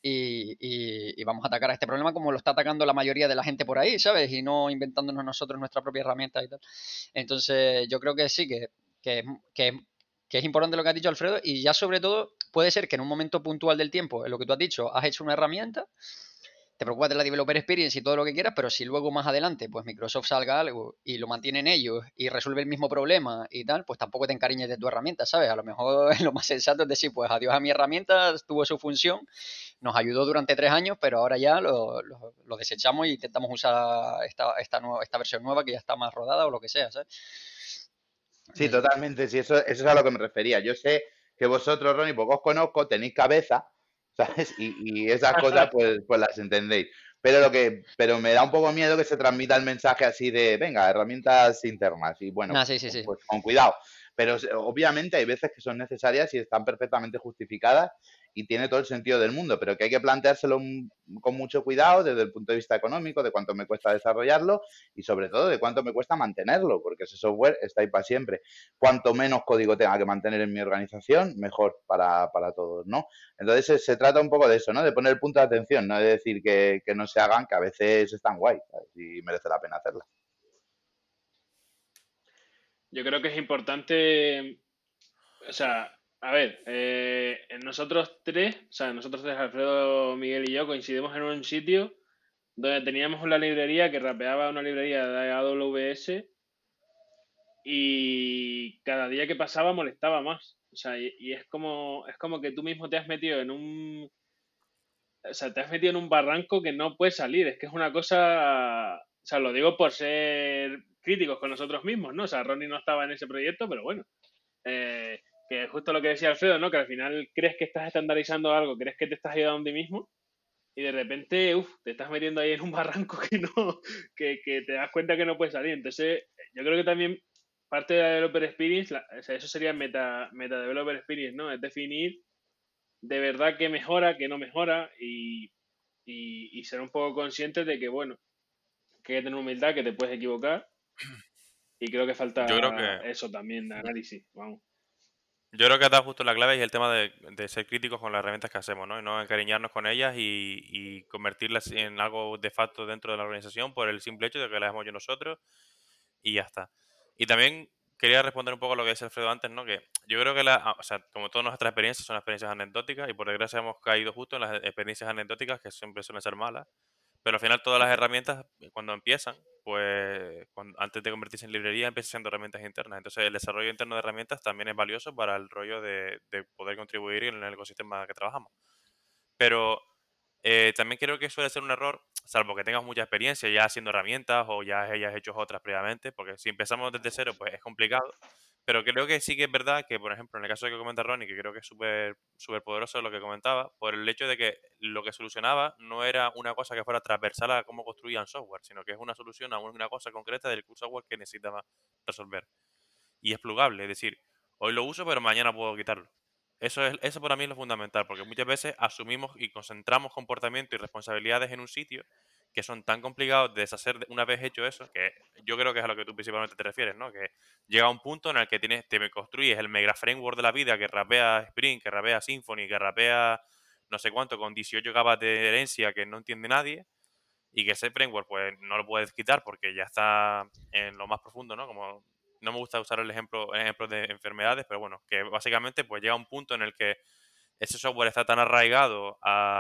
y vamos a atacar a este problema como lo está atacando la mayoría de la gente por ahí, ¿sabes? Y no inventándonos nosotros nuestra propia herramienta y tal. Entonces, yo creo que sí, que, que, que es importante lo que has dicho, Alfredo, y ya sobre todo puede ser que en un momento puntual del tiempo, en lo que tú has dicho, has hecho una herramienta te preocupas de la developer experience y todo lo que quieras, pero si luego más adelante pues Microsoft salga algo y lo mantienen ellos y resuelve el mismo problema y tal, pues tampoco te encariñes de tu herramienta, ¿sabes? A lo mejor lo más sensato es decir, pues adiós a mi herramienta, tuvo su función, nos ayudó durante 3 años, pero ahora ya lo desechamos e intentamos usar esta versión nueva que ya está más rodada o lo que sea, ¿sabes? Sí, totalmente. Sí, eso es a lo que me refería. Yo sé que vosotros, Ronnie, porque os conozco, tenéis cabeza, ¿sabes? Y esas cosas, pues las entendéis. Pero me da un poco miedo que se transmita el mensaje así de, venga, herramientas internas. Y bueno, Nah, sí, sí, sí. pues con cuidado. Pero obviamente hay veces que son necesarias y están perfectamente justificadas y tiene todo el sentido del mundo, pero que hay que planteárselo con mucho cuidado desde el punto de vista económico, de cuánto me cuesta desarrollarlo y sobre todo de cuánto me cuesta mantenerlo, porque ese software está ahí para siempre. Cuanto menos código tenga que mantener en mi organización, mejor para todos, ¿no? Entonces se trata un poco de eso, ¿no? De poner el punto de atención, no de decir que no se hagan, que a veces están guay, ¿sabes? Y merece la pena hacerlas. Yo creo que es importante, o sea, a ver, nosotros tres, Alfredo, Miguel y yo, coincidimos en un sitio donde teníamos una librería que rapeaba una librería de AWS y cada día que pasaba molestaba más. O sea, y es como que tú mismo te has metido en un, o sea, te has metido en un barranco que no puedes salir. Es que es una cosa, o sea, lo digo por ser críticos con nosotros mismos, ¿no? O sea, Ronnie no estaba en ese proyecto, pero bueno, que es justo lo que decía Alfredo, ¿no? Que al final crees que estás estandarizando algo, crees que te estás ayudando a ti mismo y de repente, te estás metiendo ahí en un barranco que no, que te das cuenta que no puedes salir. Entonces, yo creo que también parte de la developer experience, o sea, eso sería meta developer experience, ¿no? Es definir de verdad qué mejora, qué no mejora y ser un poco conscientes de que, bueno, que hay que tener humildad, que te puedes equivocar y creo que Yo creo falta que, eso también de análisis, vamos. yo creo que has dado justo la clave y el tema de ser críticos con las herramientas que hacemos, ¿no? Y no encariñarnos con ellas y convertirlas en algo de facto dentro de la organización por el simple hecho de que las hemos hecho nosotros y ya está. Y también quería responder un poco a lo que decía Alfredo antes, ¿no? Que yo creo que o sea, como todas nuestras experiencias son experiencias anecdóticas y por desgracia hemos caído justo en las experiencias anecdóticas que siempre suelen ser malas. Pero al final todas las herramientas, cuando empiezan, pues antes de convertirse en librería, empiezan siendo herramientas internas. Entonces el desarrollo interno de herramientas también es valioso para el rollo de poder contribuir en el ecosistema que trabajamos. Pero también creo que suele ser un error, salvo que tengas mucha experiencia ya haciendo herramientas o ya hayas hecho otras previamente, porque si empezamos desde cero, pues es complicado. Pero creo que sí que es verdad que, por ejemplo, en el caso de que comenta Ronnie, que creo que es súper poderoso lo que comentaba, por el hecho de que lo que solucionaba no era una cosa que fuera transversal a cómo construían software, sino que es una solución a una cosa concreta del software que necesitaba resolver. Y es plugable, es decir, hoy lo uso, pero mañana puedo quitarlo. Eso para mí es lo fundamental, porque muchas veces asumimos y concentramos comportamiento y responsabilidades en un sitio que son tan complicados de deshacer una vez hecho eso, que yo creo que es a lo que tú principalmente te refieres, ¿no? Que llega un punto en el que te construyes el mega framework de la vida que rapea Spring, que rapea Symfony, que rapea no sé cuánto, con 18 capas de herencia que no entiende nadie, y que ese framework pues no lo puedes quitar porque ya está en lo más profundo, ¿no? Como no me gusta usar ejemplo de enfermedades, pero bueno, que básicamente pues llega un punto en el que ese software está tan arraigado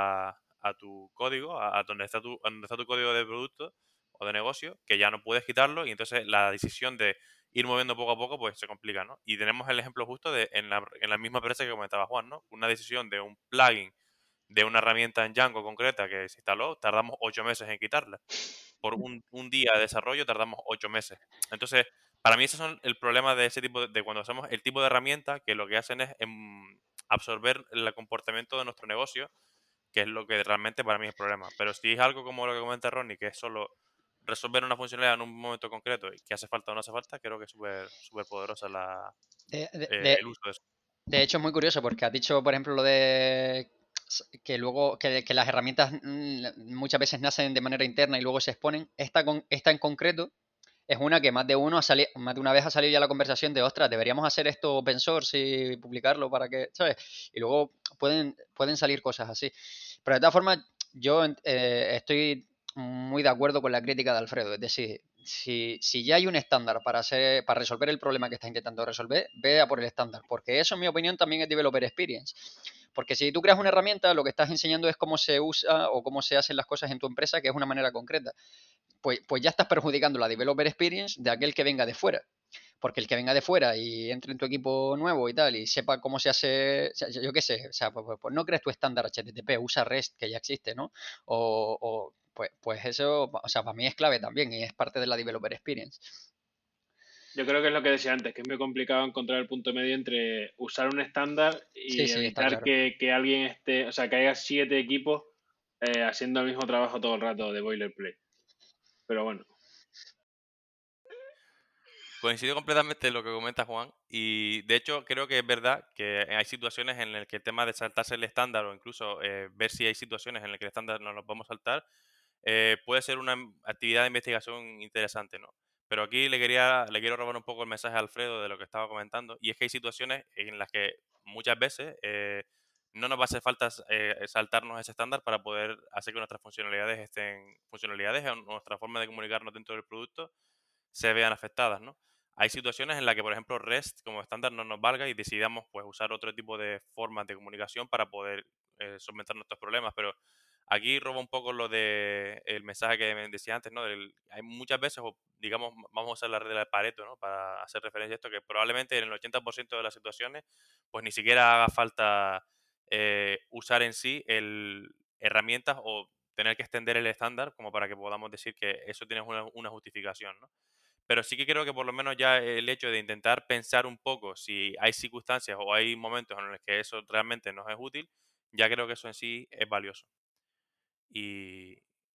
a tu código, a donde está tu código de producto o de negocio, que ya no puedes quitarlo y entonces la decisión de ir moviendo poco a poco pues se complica, ¿no? Y tenemos el ejemplo justo en la misma empresa que comentaba Juan, ¿no? Una decisión de un plugin de una herramienta en Django concreta que se instaló, tardamos 8 meses en quitarla. Por un día de desarrollo tardamos 8 meses. Entonces, para mí ese es el problema de ese tipo de cuando hacemos el tipo de herramienta que lo que hacen es absorber el comportamiento de nuestro negocio, que es lo que realmente para mí es el problema. Pero si es algo como lo que comenta Ronnie, que es solo resolver una funcionalidad en un momento concreto y que hace falta o no hace falta, creo que es súper poderosa De, de- de- el uso de eso. de hecho, es muy curioso porque has dicho, por ejemplo, lo de que luego que las herramientas muchas veces nacen de manera interna y luego se exponen. Esta en concreto es una que más de una vez ha salido ya la conversación de, ostras, deberíamos hacer esto open source y publicarlo para que, ¿sabes? Y luego pueden salir cosas así. Pero de todas formas, yo estoy muy de acuerdo con la crítica de Alfredo. Es decir, si ya hay un estándar para resolver el problema que está intentando resolver, ve a por el estándar. Porque eso, en mi opinión, también es developer experience. Porque si tú creas una herramienta, lo que estás enseñando es cómo se usa o cómo se hacen las cosas en tu empresa, que es una manera concreta. Pues ya estás perjudicando la developer experience de aquel que venga de fuera. Porque el que venga de fuera y entre en tu equipo nuevo y tal y sepa cómo se hace, o sea, yo qué sé, o sea, pues no crees tu estándar HTTP, usa REST que ya existe, ¿no? Pues eso, o sea, para mí es clave también y es parte de la developer experience. Yo creo que es lo que decía antes, que es muy complicado encontrar el punto medio entre usar un estándar y Sí, está evitar claro. que alguien esté, o sea, que haya 7 equipos haciendo el mismo trabajo todo el rato de boilerplate. Pero bueno. Coincido completamente en lo que comenta Juan y de hecho creo que es verdad que hay situaciones en las que el tema de saltarse el estándar o incluso ver si hay situaciones en las que el estándar no nos vamos a saltar puede ser una actividad de investigación interesante, ¿no? Pero aquí le quiero robar un poco el mensaje a Alfredo de lo que estaba comentando y es que hay situaciones en las que muchas veces no nos va a hacer falta saltarnos ese estándar para poder hacer que nuestras funcionalidades o nuestra forma de comunicarnos dentro del producto se vean afectadas, ¿no? Hay situaciones en las que, por ejemplo, REST como estándar no nos valga y decidamos pues, usar otro tipo de formas de comunicación para poder solventar nuestros problemas, pero aquí roba un poco lo de el mensaje que me decía antes, ¿no? Hay muchas veces, o digamos, vamos a usar la regla de Pareto, ¿no? Para hacer referencia a esto, que probablemente en el 80% de las situaciones, pues ni siquiera haga falta usar en sí herramientas o tener que extender el estándar como para que podamos decir que eso tiene una justificación, ¿no? Pero sí que creo que por lo menos ya el hecho de intentar pensar un poco si hay circunstancias o hay momentos en los que eso realmente nos es útil, ya creo que eso en sí es valioso. Y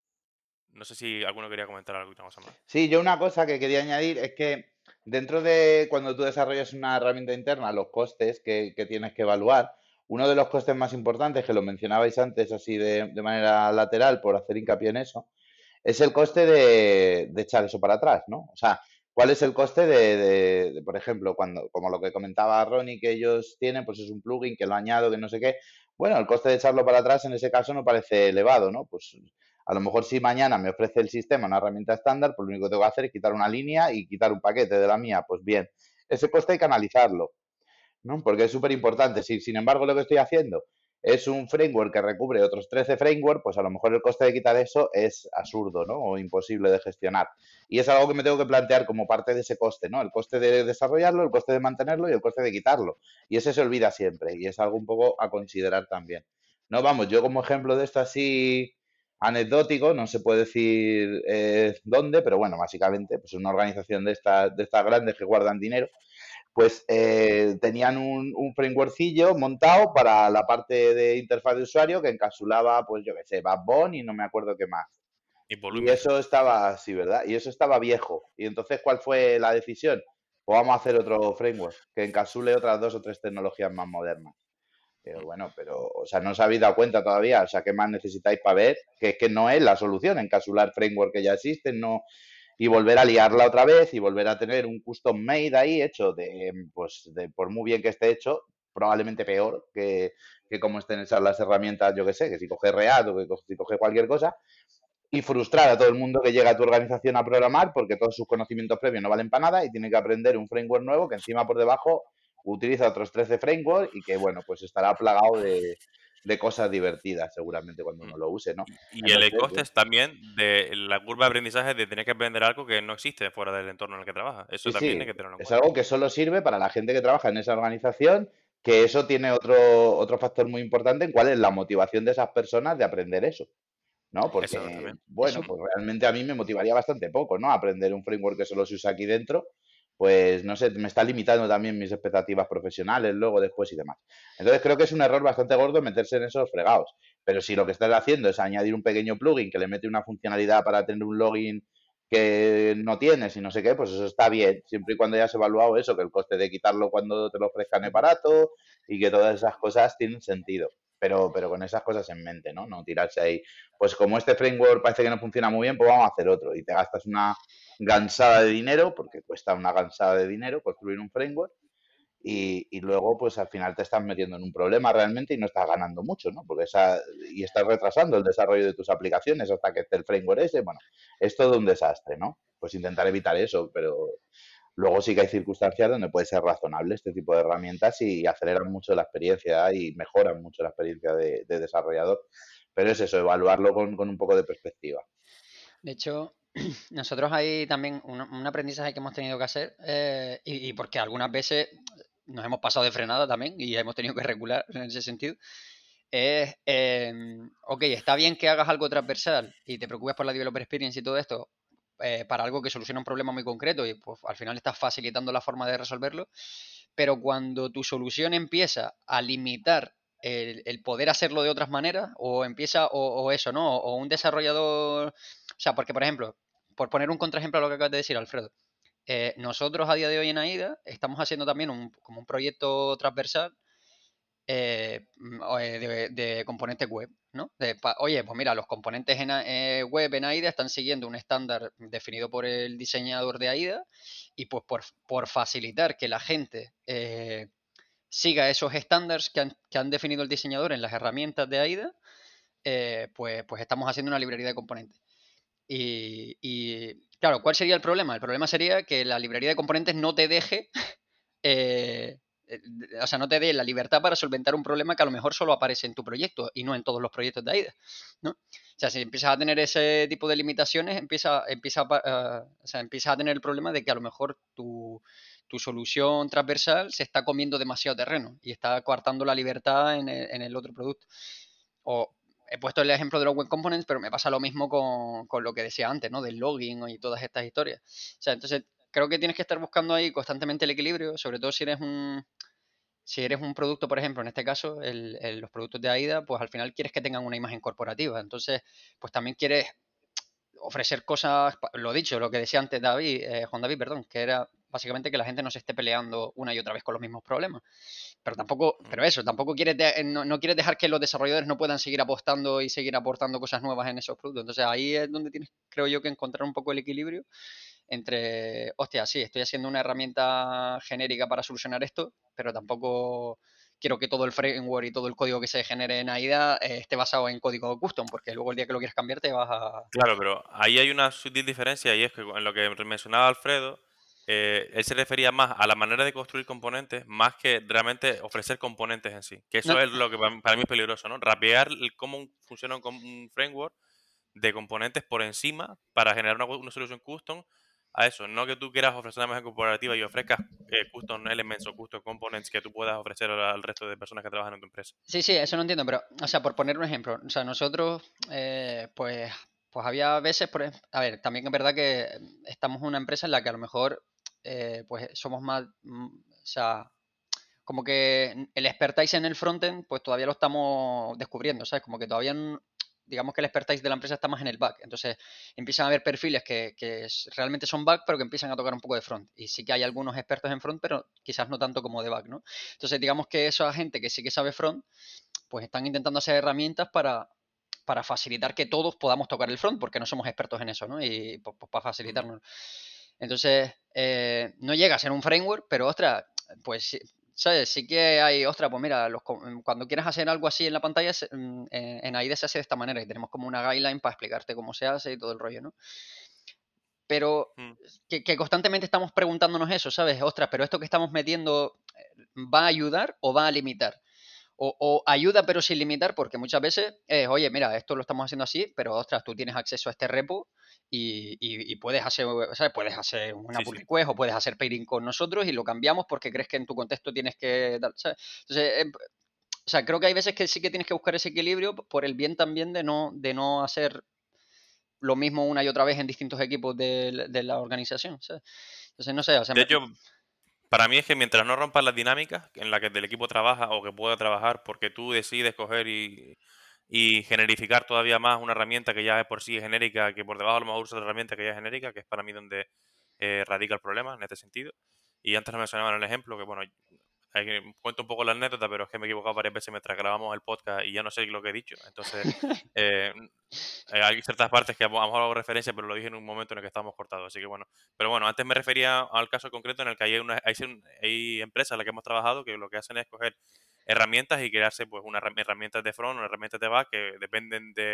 no sé si alguno quería comentar alguna cosa más. Sí, yo una cosa que quería añadir es que dentro de cuando tú desarrollas una herramienta interna, los costes que tienes que evaluar, uno de los costes más importantes, que lo mencionabais antes así de manera lateral por hacer hincapié en eso, es el coste de echar eso para atrás, ¿no? O sea, ¿cuál es el coste por ejemplo, cuando, como lo que comentaba Ronnie, que ellos tienen, pues es un plugin que lo añado, que no sé qué. Bueno, el coste de echarlo para atrás en ese caso no parece elevado, ¿no? Pues a lo mejor si mañana me ofrece el sistema una herramienta estándar, pues lo único que tengo que hacer es quitar una línea y quitar un paquete de la mía. Pues bien, ese coste hay que analizarlo, ¿no? Porque es súper importante. Si, sin embargo, lo que estoy haciendo es un framework que recubre otros 13 frameworks, pues a lo mejor el coste de quitar eso es absurdo, ¿no? O imposible de gestionar. Y es algo que me tengo que plantear como parte de ese coste, ¿no? El coste de desarrollarlo, el coste de mantenerlo y el coste de quitarlo. Y ese se olvida siempre y es algo un poco a considerar también. No, vamos, yo como ejemplo de esto así anecdótico, no se puede decir dónde, pero bueno, básicamente, pues una organización de estas grandes que guardan dinero, pues tenían un frameworkcillo montado para la parte de interfaz de usuario que encapsulaba, pues yo qué sé, Backbone y no me acuerdo qué más. Y Y volúmenes. eso estaba, sí, ¿verdad? Y eso estaba viejo. Y entonces, ¿cuál fue la decisión? Pues vamos a hacer otro framework que encapsule otras 2 o 3 tecnologías más modernas. Pero Mm. bueno, pero, o sea, no os habéis dado cuenta todavía, o sea, ¿qué más necesitáis para ver? Que es que no es la solución encapsular framework que ya existen, no, y volver a liarla otra vez y volver a tener un custom made ahí hecho pues, por muy bien que esté hecho, probablemente peor que como estén hechas las herramientas, yo que sé, que si coge React o que si coge cualquier cosa, y frustrar a todo el mundo que llega a tu organización a programar porque todos sus conocimientos previos no valen para nada y tiene que aprender un framework nuevo que encima por debajo utiliza otros 13 frameworks y que, bueno, pues estará plagado de cosas divertidas seguramente cuando uno Mm. lo use, ¿no? Y el Entonces, coste es también de la curva de aprendizaje de tener que aprender algo que no existe fuera del entorno en el que trabaja. Eso sí, también sí, hay que tenerlo en es cuenta. algo que solo sirve para la gente que trabaja en esa organización, que eso tiene otro factor muy importante en cuál es la motivación de esas personas de aprender eso, ¿no? Eso Porque, también. bueno, Eso, pues realmente a mí me motivaría bastante poco, ¿no? Aprender un framework que solo se usa aquí dentro, pues no sé, me está limitando también mis expectativas profesionales luego, después y demás. Entonces creo que es un error bastante gordo meterse en esos fregados. Pero si lo que estás haciendo es añadir un pequeño plugin que le mete una funcionalidad para tener un login que no tienes y no sé qué, pues eso está bien, siempre y cuando hayas evaluado eso, que el coste de quitarlo cuando te lo ofrezcan es barato y que todas esas cosas tienen sentido. Pero con esas cosas en mente, ¿no? No tirarse ahí. Pues como este framework parece que no funciona muy bien, pues vamos a hacer otro. Y te gastas una gansada de dinero, porque cuesta una gansada de dinero construir un framework, y luego pues al final te estás metiendo en un problema realmente y no estás ganando mucho, ¿no? Y estás retrasando el desarrollo de tus aplicaciones hasta que esté el framework ese, bueno, es todo un desastre, ¿no? Pues intentar evitar eso, pero Luego sí que hay circunstancias donde puede ser razonable este tipo de herramientas y aceleran mucho la experiencia y mejoran mucho la experiencia de desarrollador. Pero es eso, evaluarlo con un poco de perspectiva. De hecho, nosotros hay también un aprendizaje que hemos tenido que hacer y porque algunas veces nos hemos pasado de frenada también y hemos tenido que regular en ese sentido. Es, ok, está bien que hagas algo transversal y te preocupes por la developer experience y todo esto para algo que soluciona un problema muy concreto y pues al final estás facilitando la forma de resolverlo, pero cuando tu solución empieza a limitar el poder hacerlo de otras maneras o empieza o eso, ¿no? O un desarrollador, o sea, porque por ejemplo, por poner un contraejemplo a lo que acabas de decir, Alfredo, nosotros a día de hoy en AIDA estamos haciendo también como un proyecto transversal de componentes web, ¿no? Oye, pues mira, los componentes web en AIDA están siguiendo un estándar definido por el diseñador de AIDA y pues por facilitar que la gente siga esos estándares que han definido el diseñador en las herramientas de AIDA, pues estamos haciendo una librería de componentes. Y claro, ¿cuál sería el problema? El problema sería que la librería de componentes no te deje eh, o sea, no te dé la libertad para solventar un problema que a lo mejor solo aparece en tu proyecto y no en todos los proyectos de AIDA, ¿no? O sea, si empiezas a tener ese tipo de limitaciones, empiezas a tener el problema de que a lo mejor tu solución transversal se está comiendo demasiado terreno y está coartando la libertad en el otro producto. O he puesto el ejemplo de los web components, pero me pasa lo mismo con lo que decía antes, ¿no? Del logging y todas estas historias. O sea, entonces creo que tienes que estar buscando ahí constantemente el equilibrio, sobre todo si eres un producto, por ejemplo, en este caso, los productos de AIDA, pues al final quieres que tengan una imagen corporativa. Entonces, pues también quieres ofrecer cosas, lo dicho, lo que decía antes Juan David, perdón, que era básicamente que la gente no se esté peleando una y otra vez con los mismos problemas. Pero tampoco, pero eso, tampoco quieres no quieres dejar que los desarrolladores no puedan seguir apostando y seguir aportando cosas nuevas en esos productos. Entonces ahí es donde tienes, creo yo, que encontrar un poco el equilibrio entre, hostia, sí, estoy haciendo una herramienta genérica para solucionar esto, pero tampoco quiero que todo el framework y todo el código que se genere en AIDA esté basado en código custom, porque luego el día que lo quieras cambiar te vas a... Claro, pero ahí hay una sutil diferencia y es que en lo que mencionaba Alfredo, él se refería más a la manera de construir componentes más que realmente ofrecer componentes en sí. Que No, eso es lo que para mí es peligroso, ¿no? Rapear cómo funciona un framework de componentes por encima para generar una solución custom a eso. No que tú quieras ofrecer una imagen corporativa y ofrezcas custom elements o custom components que tú puedas ofrecer al resto de personas que trabajan en tu empresa. sí, sí, eso no entiendo, pero, o sea, por poner un ejemplo, o sea, nosotros, pues había veces, a ver, también es verdad que estamos en una empresa en la que a lo mejor, pues somos más, o sea, como que el expertise en el frontend, pues todavía lo estamos descubriendo, ¿sabes? Como que todavía, digamos que el expertise de la empresa está más en el back. Entonces empiezan a haber perfiles que realmente son back, pero que empiezan a tocar un poco de front. Y sí que hay algunos expertos en front, pero quizás no tanto como de back, ¿no? Entonces digamos que esa gente que sí que sabe front, pues están intentando hacer herramientas para facilitar que todos podamos tocar el front, porque no somos expertos en eso, ¿no? Y pues, para facilitarnos. Entonces, no llega a ser un framework, pero ostras, pues ¿sabes? Sí que hay, ostras, pues mira, cuando quieras hacer algo así en la pantalla, en AIDA se hace de esta manera y tenemos como una guideline para explicarte cómo se hace y todo el rollo, ¿no? Pero Mm. que constantemente estamos preguntándonos eso, ¿sabes? Ostras, pero esto que estamos metiendo ¿va a ayudar o va a limitar? O ayuda pero sin limitar, porque muchas veces es, oye, mira, esto lo estamos haciendo así, pero ostras, tú tienes acceso a este repo y puedes hacer, ¿sabes? Puedes hacer una Sí, pull sí. request o puedes hacer pairing con nosotros y lo cambiamos porque crees que en tu contexto tienes que dar, ¿sabes? Entonces, o sea, creo que hay veces que sí que tienes que buscar ese equilibrio por el bien también de no hacer lo mismo una y otra vez en distintos equipos de la organización, ¿sabes? Entonces, no sé, o sea, De hecho, para mí es que mientras no rompas las dinámicas en las que el equipo trabaja o que pueda trabajar porque tú decides coger y generificar todavía más una herramienta que ya es por sí genérica, que por debajo a lo mejor usa otra herramienta que ya es genérica, que es para mí donde radica el problema en este sentido. Y antes nos mencionaban el ejemplo, que bueno, cuento un poco la anécdota, pero es que me he equivocado varias veces mientras grabamos el podcast y ya no sé lo que he dicho. Entonces, eh, hay ciertas partes que a lo mejor hago referencia, pero lo dije en un momento en el que estábamos cortados. Así que bueno. Pero bueno, antes me refería al caso concreto en el que hay empresas en las que hemos trabajado que lo que hacen es coger herramientas y crearse pues unas herramientas de front o herramientas de back que dependen de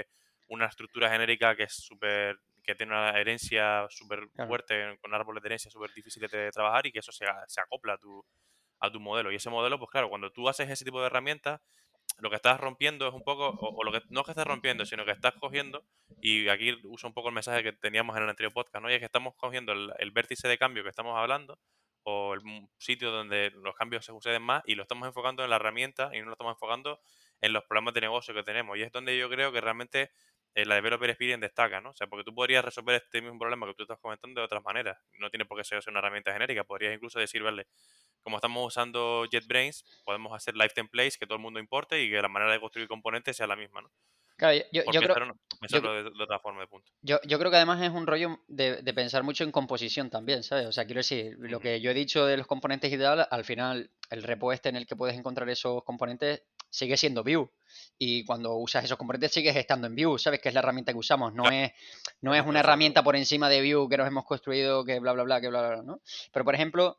una estructura genérica que es súper, que tiene una herencia súper Claro. fuerte, con árboles de herencia súper difíciles de trabajar y que eso se acopla a tu modelo. Y ese modelo, pues claro, cuando tú haces ese tipo de herramientas, lo que estás rompiendo es un poco, o lo que no es que estás rompiendo, sino que estás cogiendo, y aquí uso un poco el mensaje que teníamos en el anterior podcast, ¿no? Y es que estamos cogiendo el vértice de cambio que estamos hablando, o el sitio donde los cambios se suceden más, y lo estamos enfocando en la herramienta y no lo estamos enfocando en los problemas de negocio que tenemos. Y es donde yo creo que realmente la Developer Experience destaca, ¿no? O sea, porque tú podrías resolver este mismo problema que tú estás comentando de otras maneras. No tiene por qué ser una herramienta genérica. Podrías incluso decir, vale, como estamos usando JetBrains, podemos hacer live templates que todo el mundo importe y que la manera de construir componentes sea la misma, ¿no? Claro, Por yo, pensarlo de otra forma de punto. yo creo que además es un rollo de pensar mucho en composición también, ¿sabes? O sea, quiero decir, lo Ujú. que yo he dicho de los componentes y tal, al final el repo en el que puedes encontrar esos componentes sigue siendo Vue. Y cuando usas esos componentes sigues estando en Vue, ¿sabes? Que es la herramienta que usamos. No Claro, es, no es una exacto. herramienta por encima de Vue que nos hemos construido, que bla, bla, bla, que bla, bla, bla, ¿no? Pero, por ejemplo,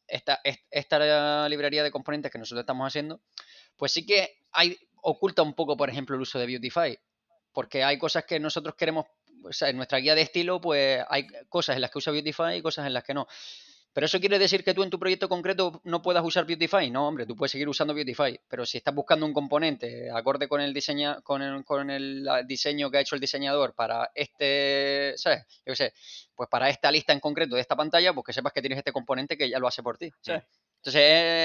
esta librería de componentes que nosotros estamos haciendo, pues sí que oculta un poco, por ejemplo, el uso de Beautify, porque hay cosas que nosotros queremos, o sea, en nuestra guía de estilo, pues hay cosas en las que usa Beautify y cosas en las que no. Pero eso quiere decir que tú en tu proyecto concreto no puedas usar Beautify. No, hombre, tú puedes seguir usando Beautify, pero si estás buscando un componente acorde con el diseño que ha hecho el diseñador para ¿sabes? Yo qué sé, pues para esta lista en concreto de esta pantalla, pues que sepas que tienes este componente que ya lo hace por ti, Mm. ¿sabes? Entonces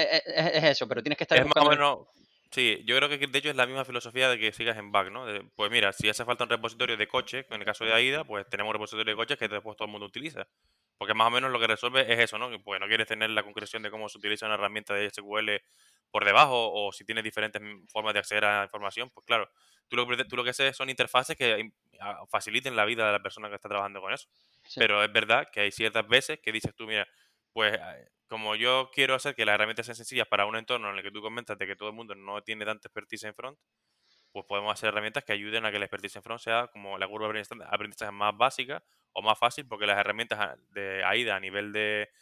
es eso, pero tienes que estar Es más o buscando. menos, sí, yo creo que de hecho es la misma filosofía de que sigas en back, ¿no? Pues mira, si hace falta un repositorio de coches, en el caso de AIDA, pues tenemos un repositorio de coches que después todo el mundo utiliza. Porque más o menos lo que resuelve es eso, ¿no? Que pues no quieres tener la concreción de cómo se utiliza una herramienta de SQL por debajo o si tienes diferentes formas de acceder a la información, pues claro, tú lo que haces son interfaces que faciliten la vida de la persona que está trabajando con eso. Sí, Pero es verdad que hay ciertas veces que dices tú, mira, pues como yo quiero hacer que las herramientas sean sencillas para un entorno en el que tú comentas de que todo el mundo no tiene tanta expertise en front, pues podemos hacer herramientas que ayuden a que la expertise en front sea como la curva de aprendizaje más básica o más fácil, porque las herramientas de AIDA a nivel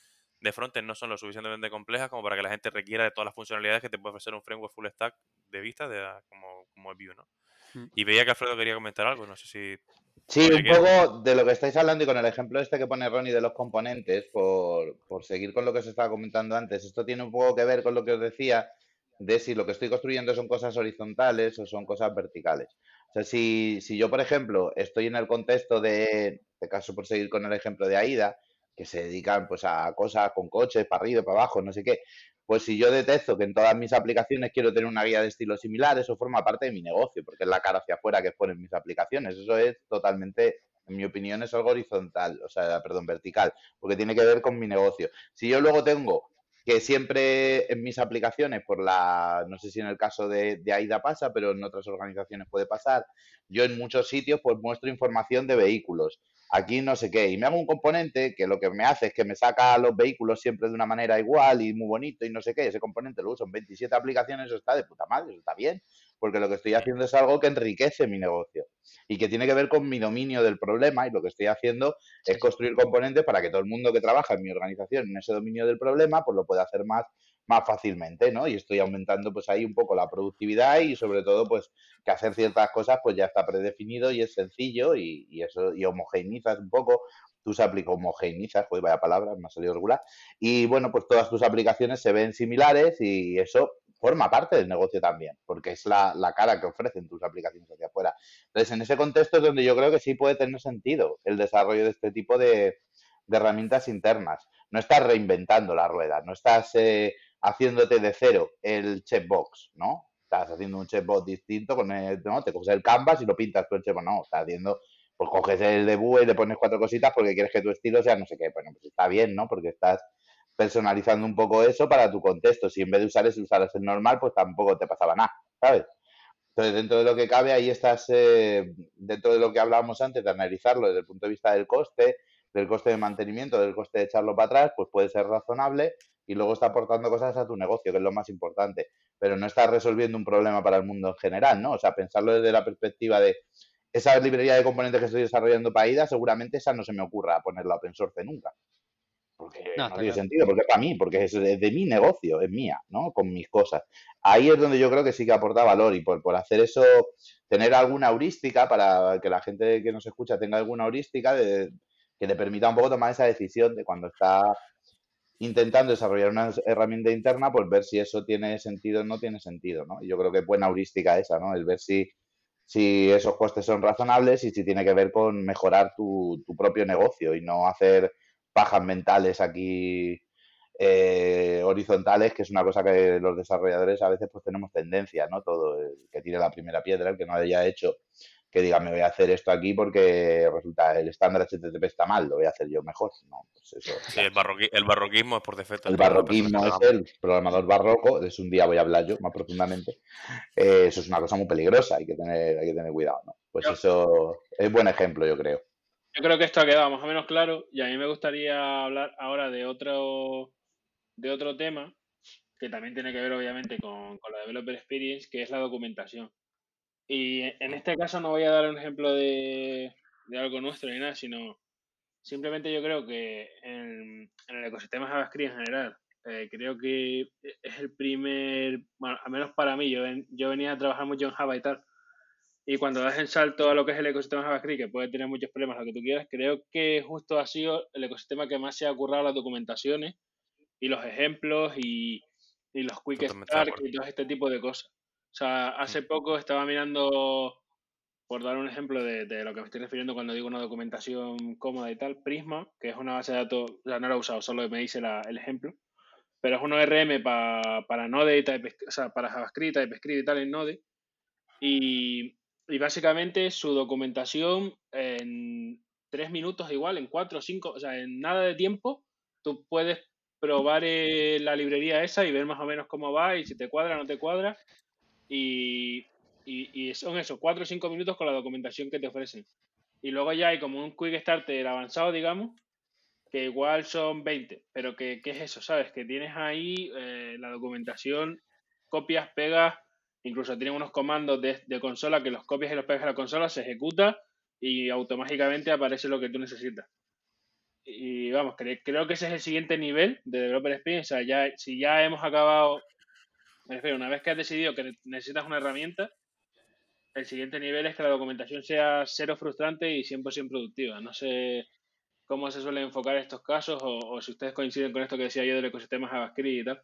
de frontend no son lo suficientemente complejas como para que la gente requiera de todas las funcionalidades que te puede ofrecer un framework full stack de vista como el Vue, ¿no? mm, Y veía que Alfredo quería comentar algo, no sé si Sí, todavía un quieres. poco de lo que estáis hablando y con el ejemplo este que pone Ronnie de los componentes, por seguir con lo que os estaba comentando antes, esto tiene un poco que ver con lo que os decía de si lo que estoy construyendo son cosas horizontales o son cosas verticales. O sea, si yo, por ejemplo, estoy en el contexto de caso por seguir con el ejemplo de AIDA, que se dedican pues a cosas con coches, para arriba y para abajo, no sé qué, pues si yo detecto que en todas mis aplicaciones quiero tener una guía de estilo similar, eso forma parte de mi negocio, porque es la cara hacia afuera que ponen mis aplicaciones. Eso es totalmente, en mi opinión, es algo horizontal, o sea, perdón, vertical, porque tiene que ver con mi negocio. Si yo luego tengo que siempre en mis aplicaciones, no sé si en el caso de AIDA pasa, pero en otras organizaciones puede pasar, yo en muchos sitios pues muestro información de vehículos, aquí no sé qué, y me hago un componente que lo que me hace es que me saca los vehículos siempre de una manera igual y muy bonito y no sé qué, ese componente lo uso en 27 aplicaciones, eso está de puta madre, eso está bien, porque lo que estoy haciendo es algo que enriquece mi negocio y que tiene que ver con mi dominio del problema, y lo que estoy haciendo es sí, sí. construir componentes para que todo el mundo que trabaja en mi organización en ese dominio del problema pues lo pueda hacer más fácilmente, ¿no? Y estoy aumentando pues ahí un poco la productividad y sobre todo pues que hacer ciertas cosas pues ya está predefinido y es sencillo y eso, y homogeneizas un poco tus homogeneizas, pues vaya palabra, me ha salido regular, y bueno, pues todas tus aplicaciones se ven similares y eso forma parte del negocio también, porque es la cara que ofrecen tus aplicaciones hacia afuera. Entonces, en ese contexto es donde yo creo que sí puede tener sentido el desarrollo de este tipo de herramientas internas. No estás reinventando la rueda, no estás haciéndote de cero el checkbox, ¿no? Estás haciendo un checkbox distinto con ¿no? Te coges el canvas y lo pintas tú el checkbox, no, estás haciendo, pues coges el de Vue y le pones 4 cositas porque quieres que tu estilo sea no sé qué, bueno, pues está bien, ¿no? Porque estás personalizando un poco eso para tu contexto. Si en vez de usar ese usaras el normal, pues tampoco te pasaba nada, ¿sabes? Entonces, dentro de lo que cabe, ahí estás, dentro de lo que hablábamos antes, de analizarlo desde el punto de vista del coste de mantenimiento, del coste de echarlo para atrás, pues puede ser razonable y luego está aportando cosas a tu negocio, que es lo más importante. Pero no estás resolviendo un problema para el mundo en general, ¿no? O sea, pensarlo desde la perspectiva de esa librería de componentes que estoy desarrollando para IDA, seguramente esa no se me ocurra ponerla open source nunca. Porque No, no está tiene claro. sentido, porque es para mí, porque es de mi negocio, es mía, ¿no? Con mis cosas. Ahí es donde yo creo que sí que aporta valor y por hacer eso, tener alguna heurística para que la gente que nos escucha tenga alguna heurística que le permita un poco tomar esa decisión de cuando está intentando desarrollar una herramienta interna, pues ver si eso tiene sentido o no tiene sentido, ¿no? Y yo creo que es buena heurística esa, ¿no? El ver si esos costes son razonables y si tiene que ver con mejorar tu propio negocio y no hacer pajas mentales aquí horizontales, que es una cosa que los desarrolladores a veces pues tenemos tendencia, ¿no? Todo el que tire la primera piedra, el que no haya hecho, que diga, me voy a hacer esto aquí porque resulta el estándar HTTP está mal, lo voy a hacer yo mejor. No, pues eso, o Sí, sea, el barroquismo es por defecto en el todas las personas que barroquismo es programan. el programador barroco, de eso un día voy a hablar yo más profundamente. Eso es una cosa muy peligrosa, hay que tener cuidado, ¿no? Pues Yo, eso es buen ejemplo, yo creo. yo creo que esto ha quedado más o menos claro y a mí me gustaría hablar ahora de otro tema que también tiene que ver obviamente con la Developer Experience, que es la documentación. Y en este caso no voy a dar un ejemplo de algo nuestro ni nada, sino simplemente yo creo que en el ecosistema JavaScript en general, creo que es el primer, bueno, al menos para mí, yo venía a trabajar mucho en Java y tal, y cuando das el salto a lo que es el ecosistema JavaScript, que puede tener muchos problemas, lo que tú quieras, creo que justo ha sido el ecosistema que más se ha currado las documentaciones y los ejemplos y los quick Totalmente de start acuerdo. y todo este tipo de cosas. O sea, Mm. hace poco estaba mirando, por dar un ejemplo de lo que me estoy refiriendo cuando digo una documentación cómoda y tal, Prisma, que es una base de datos, o sea, no la he usado, solo me dice el ejemplo, pero es un ORM para Node y o sea, para JavaScript, TypeScript y tal en Node. Y básicamente su documentación en 3 minutos igual, en 4 o 5, o sea, en nada de tiempo, tú puedes probar la librería esa y ver más o menos cómo va y si te cuadra o no te cuadra. Y, y son eso, 4 o 5 minutos con la documentación que te ofrecen. Y luego ya hay como un Quick Starter avanzado, digamos, que igual son 20, pero ¿qué es eso? ¿Sabes? Que tienes ahí la documentación, copias, pegas, incluso tienen unos comandos de consola que los copias y los pegas a la consola, se ejecuta y automáticamente aparece lo que tú necesitas. Y vamos, creo que ese es el siguiente nivel de Developer Experience. O sea, si ya hemos acabado, me refiero, una vez que has decidido que necesitas una herramienta, el siguiente nivel es que la documentación sea cero frustrante y 100% productiva. No sé cómo se suele enfocar estos casos o si ustedes coinciden con esto que decía yo del ecosistema JavaScript y tal.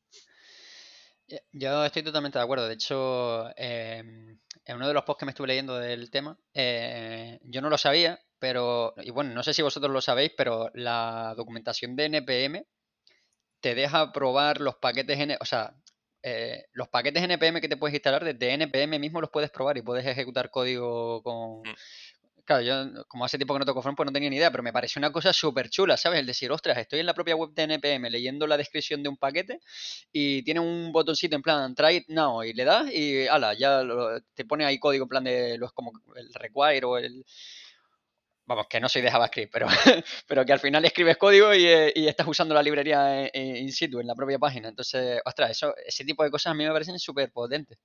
Yo estoy totalmente de acuerdo. De hecho, en uno de los posts que me estuve leyendo del tema, yo no lo sabía, pero, y bueno, no sé si vosotros lo sabéis, pero la documentación de NPM te deja probar los paquetes, o sea, los paquetes NPM que te puedes instalar desde NPM mismo los puedes probar y puedes ejecutar código con... Mm. Claro, yo como hace tiempo que no toco front, pues no tenía ni idea, pero me pareció una cosa súper chula, ¿sabes? El decir, ostras, estoy en la propia web de NPM leyendo la descripción de un paquete y tiene un botoncito en plan try it now y le das y ala, ya te pone ahí código en plan de los como el require o el... Vamos, que no soy de JavaScript, pero, pero que al final escribes código y estás usando la librería in situ, en la propia página. Entonces, ostras, ese tipo de cosas a mí me parecen súper potentes.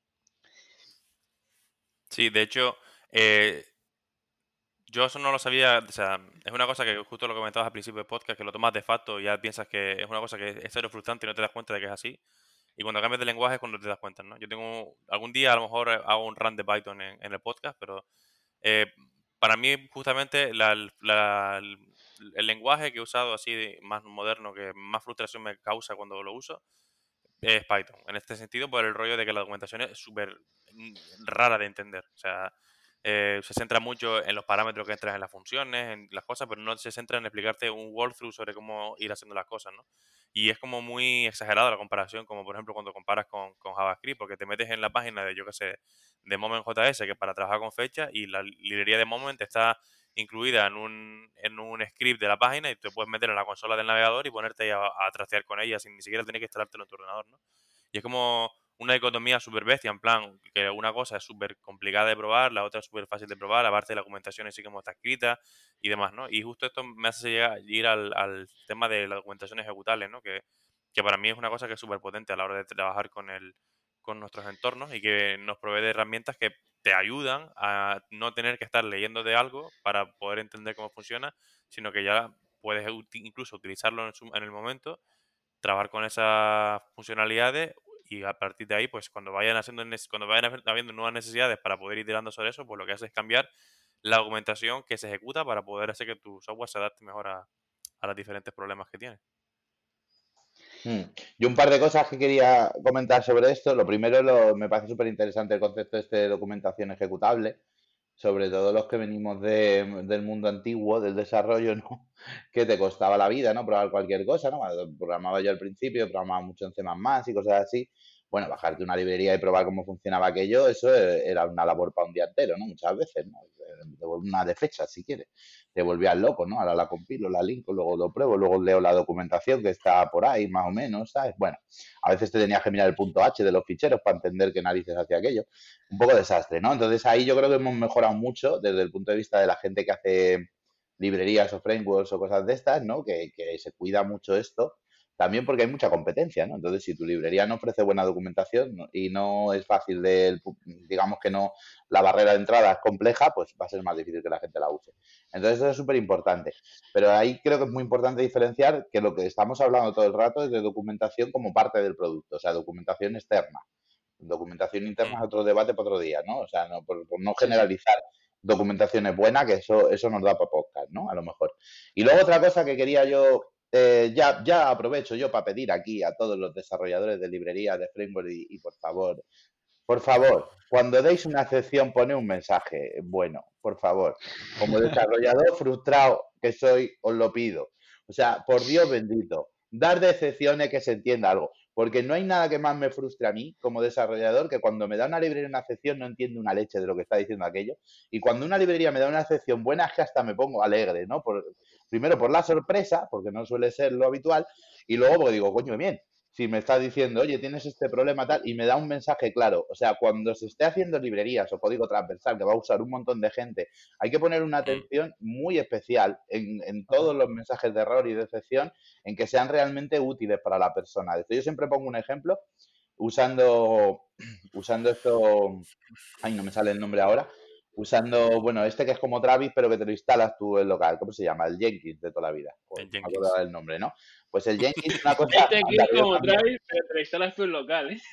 Sí, de hecho, eh, yo eso no lo sabía, o sea, es una cosa que justo lo comentabas al principio del podcast, que lo tomas de facto y ya piensas que es una cosa que es cero frustrante y no te das cuenta de que es así. Y cuando cambias de lenguaje es cuando te das cuenta, ¿no? Yo tengo, algún día a lo mejor hago un run de Python en el podcast, pero eh, para mí justamente el lenguaje que he usado así más moderno, que más frustración me causa cuando lo uso, es Python. En este sentido, por el rollo de que la documentación es súper rara de entender. O sea, se centra mucho en los parámetros que entras en las funciones, en las cosas, pero no se centra en explicarte un walkthrough sobre cómo ir haciendo las cosas, ¿no? Y es como muy exagerada la comparación, como por ejemplo cuando comparas con JavaScript, porque te metes en la página de, yo qué sé, de Moment.js, que es para trabajar con fecha, y la librería de Moment está incluida en un script de la página y te puedes meter en la consola del navegador y ponerte ahí a trastear con ella sin ni siquiera tener que instalártelo en tu ordenador, ¿no? Y es como una dicotomía súper bestia, en plan, que una cosa es súper complicada de probar, la otra es súper fácil de probar, aparte de la documentación así como está escrita y demás, ¿no? Y justo esto me hace ir al tema de la documentación ejecutable, ¿no? Que para mí es una cosa que es súper potente a la hora de trabajar con nuestros entornos y que nos provee de herramientas que te ayudan a no tener que estar leyendo de algo para poder entender cómo funciona, sino que ya puedes incluso utilizarlo en el momento, trabajar con esas funcionalidades y a partir de ahí, pues cuando vayan habiendo nuevas necesidades para poder ir tirando sobre eso, pues lo que haces es cambiar la documentación que se ejecuta para poder hacer que tu software se adapte mejor a los diferentes problemas que tiene. Yo un par de cosas que quería comentar sobre esto. Lo primero, me parece súper interesante el concepto este de documentación ejecutable, sobre todo los que venimos del mundo antiguo, del desarrollo, ¿no? Que te costaba la vida, ¿no? Probar cualquier cosa, ¿no? Cuando programaba yo al principio, programaba mucho en C++ y cosas así. Bueno, bajarte una librería y probar cómo funcionaba aquello, eso era una labor para un día entero, ¿no? Muchas veces, ¿no? Una de fechas, si quieres. Te volvías loco, ¿no? Ahora la compilo, la linko, luego lo pruebo, luego leo la documentación que está por ahí, más o menos, ¿sabes? Bueno, a veces te tenías que mirar el punto H de los ficheros para entender qué narices hacía aquello. Un poco desastre, ¿no? Entonces ahí yo creo que hemos mejorado mucho desde el punto de vista de la gente que hace librerías o frameworks o cosas de estas, ¿no? Que se cuida mucho esto. También porque hay mucha competencia, ¿no? Entonces, si tu librería no ofrece buena documentación y no es fácil digamos que no, la barrera de entrada es compleja, pues va a ser más difícil que la gente la use. Entonces, eso es súper importante. Pero ahí creo que es muy importante diferenciar que lo que estamos hablando todo el rato es de documentación como parte del producto, o sea, documentación externa. Documentación interna es otro debate para otro día, ¿no? O sea, por no Sí, sí. generalizar documentación es buena, que eso nos da para podcast, ¿no? A lo mejor. Y luego otra cosa que quería yo, ya aprovecho yo para pedir aquí a todos los desarrolladores de librerías, de framework y por favor, cuando deis una excepción, poned un mensaje bueno, por favor. Como desarrollador frustrado que soy, os lo pido. O sea, por Dios bendito, dar de excepciones que se entienda algo. Porque no hay nada que más me frustre a mí como desarrollador que cuando me da una librería una excepción no entiendo una leche de lo que está diciendo aquello. Y cuando una librería me da una excepción buena es que hasta me pongo alegre, ¿no? Primero por la sorpresa, porque no suele ser lo habitual, y luego porque digo, coño, bien, si me está diciendo, oye, tienes este problema tal, y me da un mensaje claro. O sea, cuando se esté haciendo librerías o código transversal que va a usar un montón de gente, hay que poner una atención muy especial en todos los mensajes de error y de excepción, en que sean realmente útiles para la persona. Esto yo siempre pongo un ejemplo usando esto, ay, no me sale el nombre ahora, usando, bueno, este que es como Travis, pero que te lo instalas tú en local. ¿Cómo se llama? El Jenkins de toda la vida. El No me Jenkins. acuerdo el nombre, ¿no? Pues el Jenkins, una cosa Este aquí es como Travis, pero te lo instalas tú en local, ¿eh?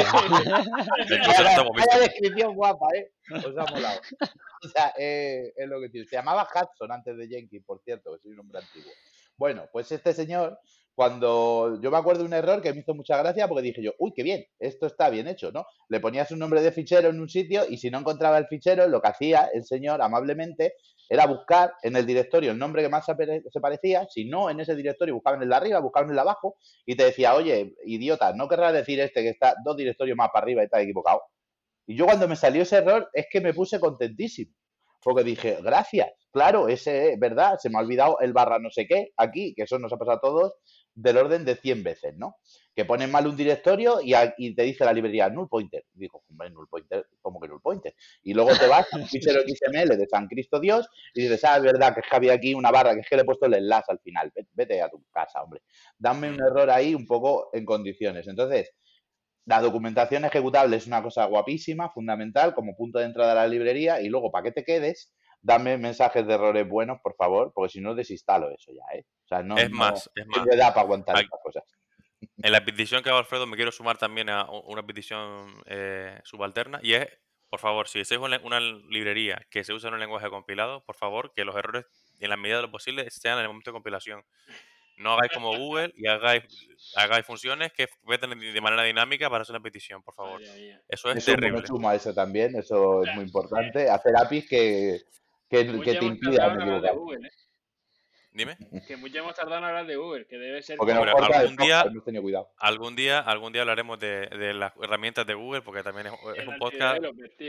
Vaya descripción guapa, ¿eh? Os ha molado. O sea, es lo que tiene. Se llamaba Hudson antes de Jenkins, por cierto, que soy un hombre antiguo. Bueno, pues este señor, cuando yo me acuerdo de un error que me hizo mucha gracia porque dije yo, uy, qué bien, esto está bien hecho, ¿no? Le ponías un nombre de fichero en un sitio y si no encontraba el fichero, lo que hacía el señor amablemente era buscar en el directorio el nombre que más se parecía, si no en ese directorio buscaban en el de arriba, buscaban en el de abajo y te decía, oye, idiota, no querrás decir que está 2 directorios más para arriba y está equivocado. Y yo cuando me salió ese error es que me puse contentísimo. Porque dije, gracias, claro, ese es verdad, se me ha olvidado el barra no sé qué aquí, que eso nos ha pasado a todos del orden de 100 veces, ¿no? Que pones mal un directorio y te dice la librería null pointer. Y digo, hombre, null pointer, ¿cómo que null pointer? Y luego te vas a un fichero XML de San Cristo Dios y dices, es verdad que es que había aquí una barra, que es que le he puesto el enlace al final. Vete a tu casa, hombre. Dame un error ahí un poco en condiciones. Entonces, la documentación ejecutable es una cosa guapísima, fundamental, como punto de entrada a la librería. Y luego, para que te quedes, dame mensajes de errores buenos, por favor, porque si no, desinstalo eso ya, ¿eh? O sea, no Es más. tengo edad para aguantar estas cosas. En la petición que hago Alfredo me quiero sumar también a una petición subalterna y es, por favor, si deseáis una librería que se usa en un lenguaje compilado, por favor, que los errores en la medida de lo posible sean en el momento de compilación. No hagáis como Google y hagáis funciones que meten de manera dinámica para hacer una petición, por favor. Eso es terrible. Me sumo a eso también, eso es muy importante. Hacer APIs que te impidan equivocar. Dime. Que mucho hemos tardado en hablar de Google, que debe ser... Porque hemos tenido cuidado. Algún día hablaremos de las herramientas de Google, porque también es un podcast...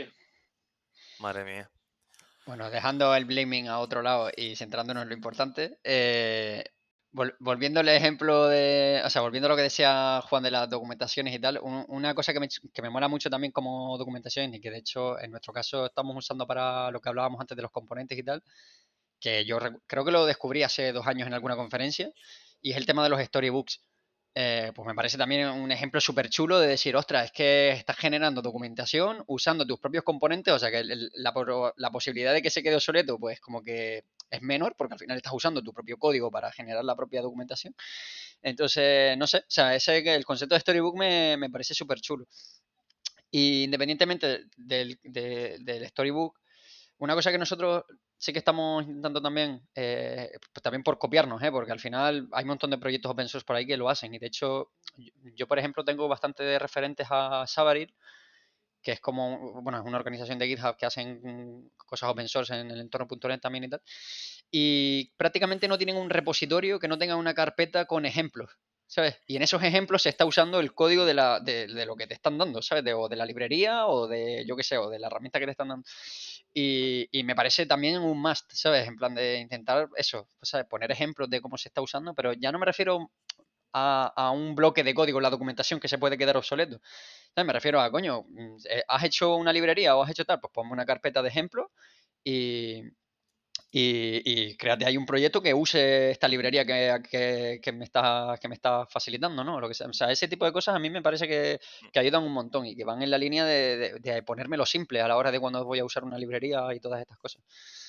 Madre mía. Bueno, dejando el blaming a otro lado y centrándonos en lo importante, volviendo al ejemplo volviendo a lo que decía Juan de las documentaciones y tal, una cosa que me mola mucho también como documentación y que de hecho en nuestro caso estamos usando para lo que hablábamos antes de los componentes y tal, que yo creo que lo descubrí hace 2 años en alguna conferencia, y es el tema de los storybooks. Pues me parece también un ejemplo súper chulo de decir, ostras, es que estás generando documentación usando tus propios componentes, o sea que la posibilidad de que se quede obsoleto, pues como que es menor, porque al final estás usando tu propio código para generar la propia documentación. Entonces, no sé, o sea, el concepto de Storybook me parece súper chulo. Y independientemente del Storybook, una cosa que nosotros sí que estamos intentando también, pues también por copiarnos, porque al final hay un montón de proyectos open source por ahí que lo hacen. Y de hecho, yo por ejemplo, tengo bastante de referentes a Xamarin, que es como, bueno, es una organización de GitHub que hacen cosas open source en el entorno .NET también y tal. Y prácticamente no tienen un repositorio que no tenga una carpeta con ejemplos, ¿sabes? Y en esos ejemplos se está usando el código de lo que te están dando, ¿sabes? O de la librería o de, yo qué sé, o de la herramienta que te están dando. Y me parece también un must, ¿sabes? En plan de intentar eso, ¿sabes? Poner ejemplos de cómo se está usando, pero ya no me refiero a un bloque de código en la documentación que se puede quedar obsoleto. ¿Sabes? Me refiero a, coño, ¿has hecho una librería o has hecho tal? Pues ponme una carpeta de ejemplos y, y créate ahí un proyecto que use esta librería que me está facilitando, ¿no? Lo que sea. O sea, ese tipo de cosas a mí me parece que ayudan un montón y que van en la línea de ponérmelo simple a la hora de cuando voy a usar una librería y todas estas cosas.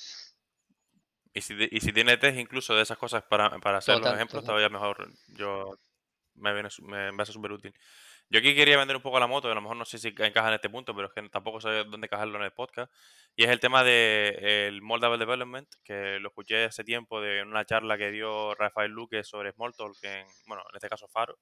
Y si tiene test incluso de esas cosas para hacer los Total, ejemplos, total. todavía mejor. Me va a ser súper útil. Yo aquí quería vender un poco la moto, y a lo mejor no sé si encaja en este punto, pero es que tampoco sé dónde encajarlo en el podcast. Y es el tema del Moldable Development, que lo escuché hace tiempo en una charla que dio Rafael Luque sobre Smalltalk, bueno, en este caso Faro.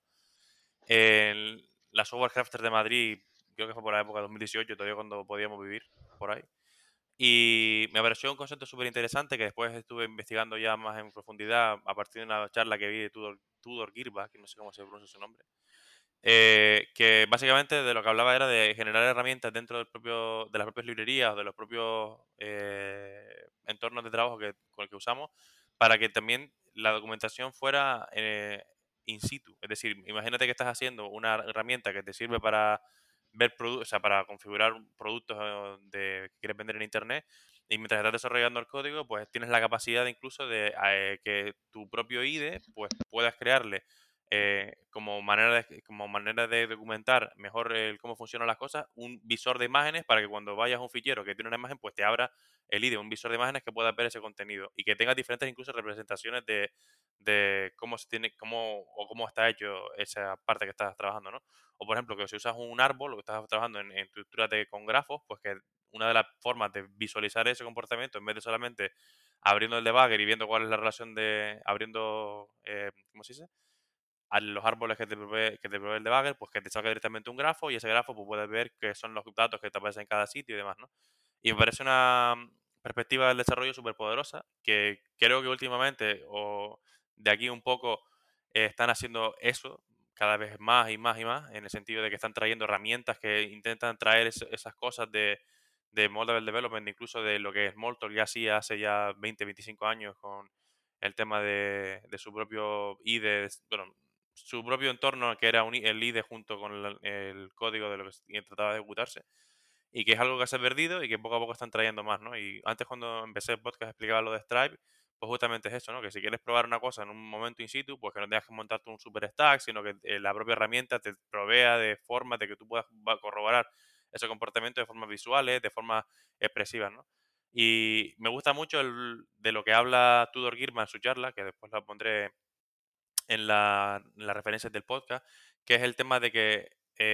La Software Crafter de Madrid, creo que fue por la época de 2018, todavía cuando podíamos vivir por ahí. Y me pareció un concepto súper interesante que después estuve investigando ya más en profundidad a partir de una charla que vi de Tudor Girbach, que no sé cómo se pronuncia su nombre. Que básicamente de lo que hablaba era de generar herramientas dentro de las propias librerías o de los propios entornos de trabajo con el que usamos para que también la documentación fuera in situ. Es decir, imagínate que estás haciendo una herramienta que te sirve para ver productos, o sea, para configurar productos que quieres vender en internet y mientras estás desarrollando el código, pues tienes la capacidad incluso de que tu propio IDE pues puedas crearle como manera de documentar mejor cómo funcionan las cosas, un visor de imágenes para que cuando vayas a un fichero que tiene una imagen, pues te abra el IDE, un visor de imágenes que puedas ver ese contenido y que tenga diferentes incluso representaciones de cómo se tiene, cómo está hecho esa parte que estás trabajando, ¿no? O por ejemplo, que si usas un árbol o estás trabajando en estructuras con grafos, pues que una de las formas de visualizar ese comportamiento, en vez de solamente abriendo el debugger y viendo cuál es la relación ¿cómo se dice? A los árboles que te provee el debugger, pues que te salga directamente un grafo y ese grafo pues puedes ver qué son los datos que te aparecen en cada sitio y demás, ¿no? Y me parece una perspectiva del desarrollo súper poderosa que creo que últimamente o de aquí un poco están haciendo eso cada vez más y más y más en el sentido de que están trayendo herramientas que intentan traer esas cosas de Moldable Development, incluso de lo que Smalltalk ya hacía hace ya 20, 25 años con el tema de su propio IDE, bueno, su propio entorno que era el IDE junto con el código de lo que trataba de ejecutarse y que es algo que se ha perdido y que poco a poco están trayendo más, ¿no? Y antes cuando empecé el podcast explicaba lo de Stripe, pues justamente es eso, ¿no? Que si quieres probar una cosa en un momento in situ, pues que no tengas que montarte un super stack, sino que la propia herramienta te provea de formas de que tú puedas corroborar ese comportamiento de formas visuales, de formas expresivas, ¿no? Y me gusta mucho de lo que habla Tudor Girma en su charla, que después la pondré en las referencias del podcast, que es el tema de que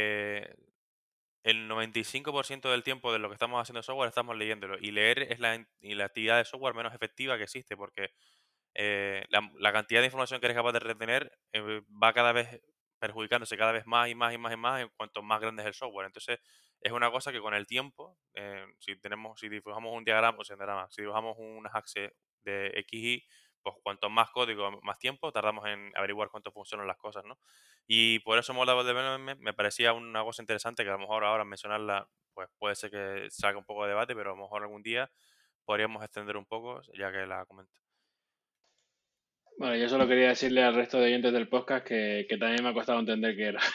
el 95% del tiempo de lo que estamos haciendo software estamos leyéndolo. Y leer es la actividad de software menos efectiva que existe, porque la cantidad de información que eres capaz de retener va cada vez perjudicándose cada vez más y más y más y más en cuanto más grande es el software. Entonces, es una cosa que con el tiempo, si dibujamos un diagrama, o sea, si dibujamos unas axes de X, Y, pues cuanto más código, más tiempo tardamos en averiguar cuánto funcionan las cosas, ¿no? Y por eso Moldable Development me parecía una cosa interesante que a lo mejor ahora mencionarla, pues puede ser que salga un poco de debate, pero a lo mejor algún día podríamos extender un poco, ya que la comento. Bueno, yo solo quería decirle al resto de oyentes del podcast que también me ha costado entender qué era.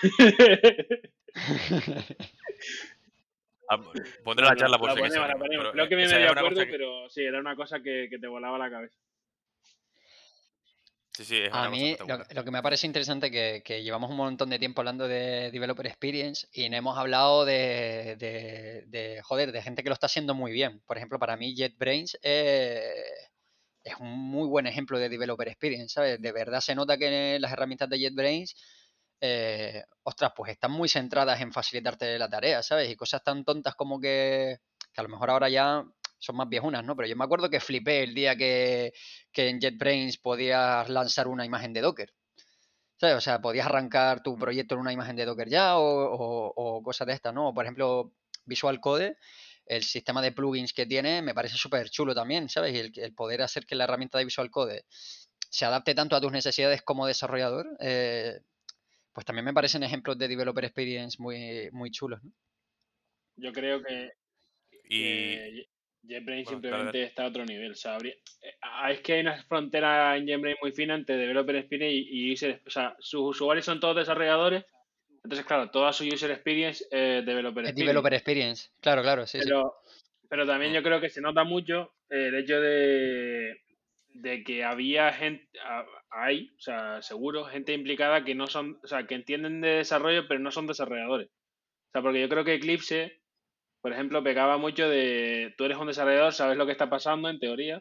Pondré No, la no, charla por la si alguien se ponemos, la anima. ponemos. Pero Creo que me esa es medio una cosa acuerdo, que. pero sí, era una cosa que te volaba la cabeza. Sí, sí, es A una cosa mí espectacular. lo que me parece interesante que llevamos un montón de tiempo hablando de Developer Experience y no hemos hablado joder, de gente que lo está haciendo muy bien. Por ejemplo, para mí JetBrains es un muy buen ejemplo de developer experience, ¿sabes? De verdad se nota que las herramientas de JetBrains, ostras, pues están muy centradas en facilitarte la tarea, ¿sabes? Y cosas tan tontas como que a lo mejor ahora ya son más viejunas, ¿no? Pero yo me acuerdo que flipé el día que en JetBrains podías lanzar una imagen de Docker. ¿Sabes? O sea, podías arrancar tu proyecto en una imagen de Docker ya o cosas de estas, ¿no? O, por ejemplo, Visual Code, el sistema de plugins que tiene me parece súper chulo también, ¿sabes? Y el poder hacer que la herramienta de Visual Code se adapte tanto a tus necesidades como desarrollador, pues también me parecen ejemplos de developer experience muy, muy chulos, ¿no? Yo creo que Y JetBrains bueno, dale, simplemente dale. está a otro nivel. O sea, es que hay una frontera en JetBrains muy fina entre developer experience y user. O sea, sus usuarios son todos desarrolladores. Entonces, claro, toda su user experience es developer Es experience. developer experience, claro, sí, sí. Pero también yo creo que se nota mucho el hecho de que había gente, o sea, seguro, gente implicada que no son, o sea, que entienden de desarrollo, pero no son desarrolladores. O sea, porque yo creo que Eclipse, por ejemplo, pegaba mucho de tú eres un desarrollador, sabes lo que está pasando en teoría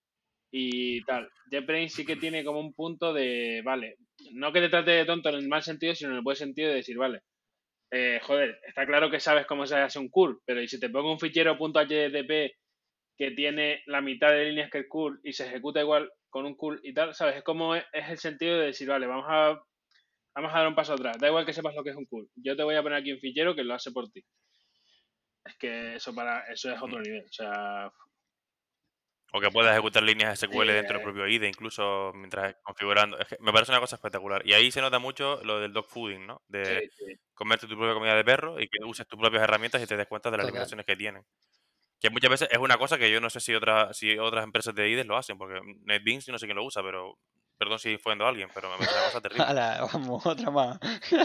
y tal. JetBrains sí que tiene como un punto de, vale, no que te trate de tonto en el mal sentido, sino en el buen sentido de decir, vale, joder, está claro que sabes cómo se hace un curl, pero ¿y si te pongo un fichero .htp que tiene la mitad de líneas que el curl y se ejecuta igual con un curl y tal? ¿Sabes? Es como es el sentido de decir, vale, vamos a dar un paso atrás. Da igual que sepas lo que es un curl. Yo te voy a poner aquí un fichero que lo hace por ti. Es que eso es otro nivel. O sea, O que puedas ejecutar líneas SQL dentro del eh, propio IDE, incluso mientras configurando. Es que me parece una cosa espectacular. Y ahí se nota mucho lo del dog fooding, ¿no? sí, De sí. comerte tu propia comida de perro y que uses tus propias herramientas y te des cuenta de las Total. limitaciones que tienen. Que muchas veces es una cosa que yo no sé si otras empresas de IDE lo hacen, porque NetBeans yo no sé quién lo usa, pero perdón si ofendo a alguien, pero me parece una cosa terrible. Hala, vamos, otra más.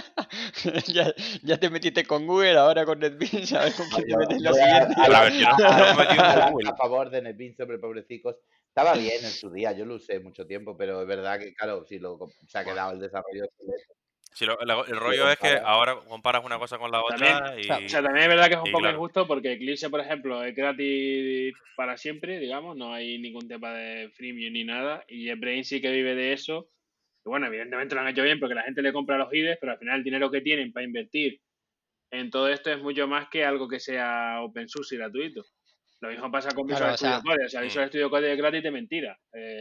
ya te metiste con Google, ahora con NetBeans, a ver con No, quién te yo, metes en yo la voy siguiente. Pero a ver, yo no me he metido a con lanzar Google. a favor de NetBeans, hombre, pobrecicos. Estaba bien en su día, yo lo usé mucho tiempo, pero es verdad que, claro, si se ha Bueno, quedado el desarrollo obsoleto, si el si lo rollo es que comparas. ahora comparas una cosa con la También, otra o sea, también es verdad que es un poco claro. injusto porque Eclipse, por ejemplo, es gratis para siempre, digamos, no hay ningún tema de freemium ni nada, y JetBrains sí que vive de eso. Y bueno, evidentemente lo han hecho bien porque la gente le compra los IDEs, pero al final el dinero que tienen para invertir en todo esto es mucho más que algo que sea open source y gratuito. Lo mismo pasa con Claro, Visual o Studio sea, Code. O sea, Visual Studio Code es gratis de mentira.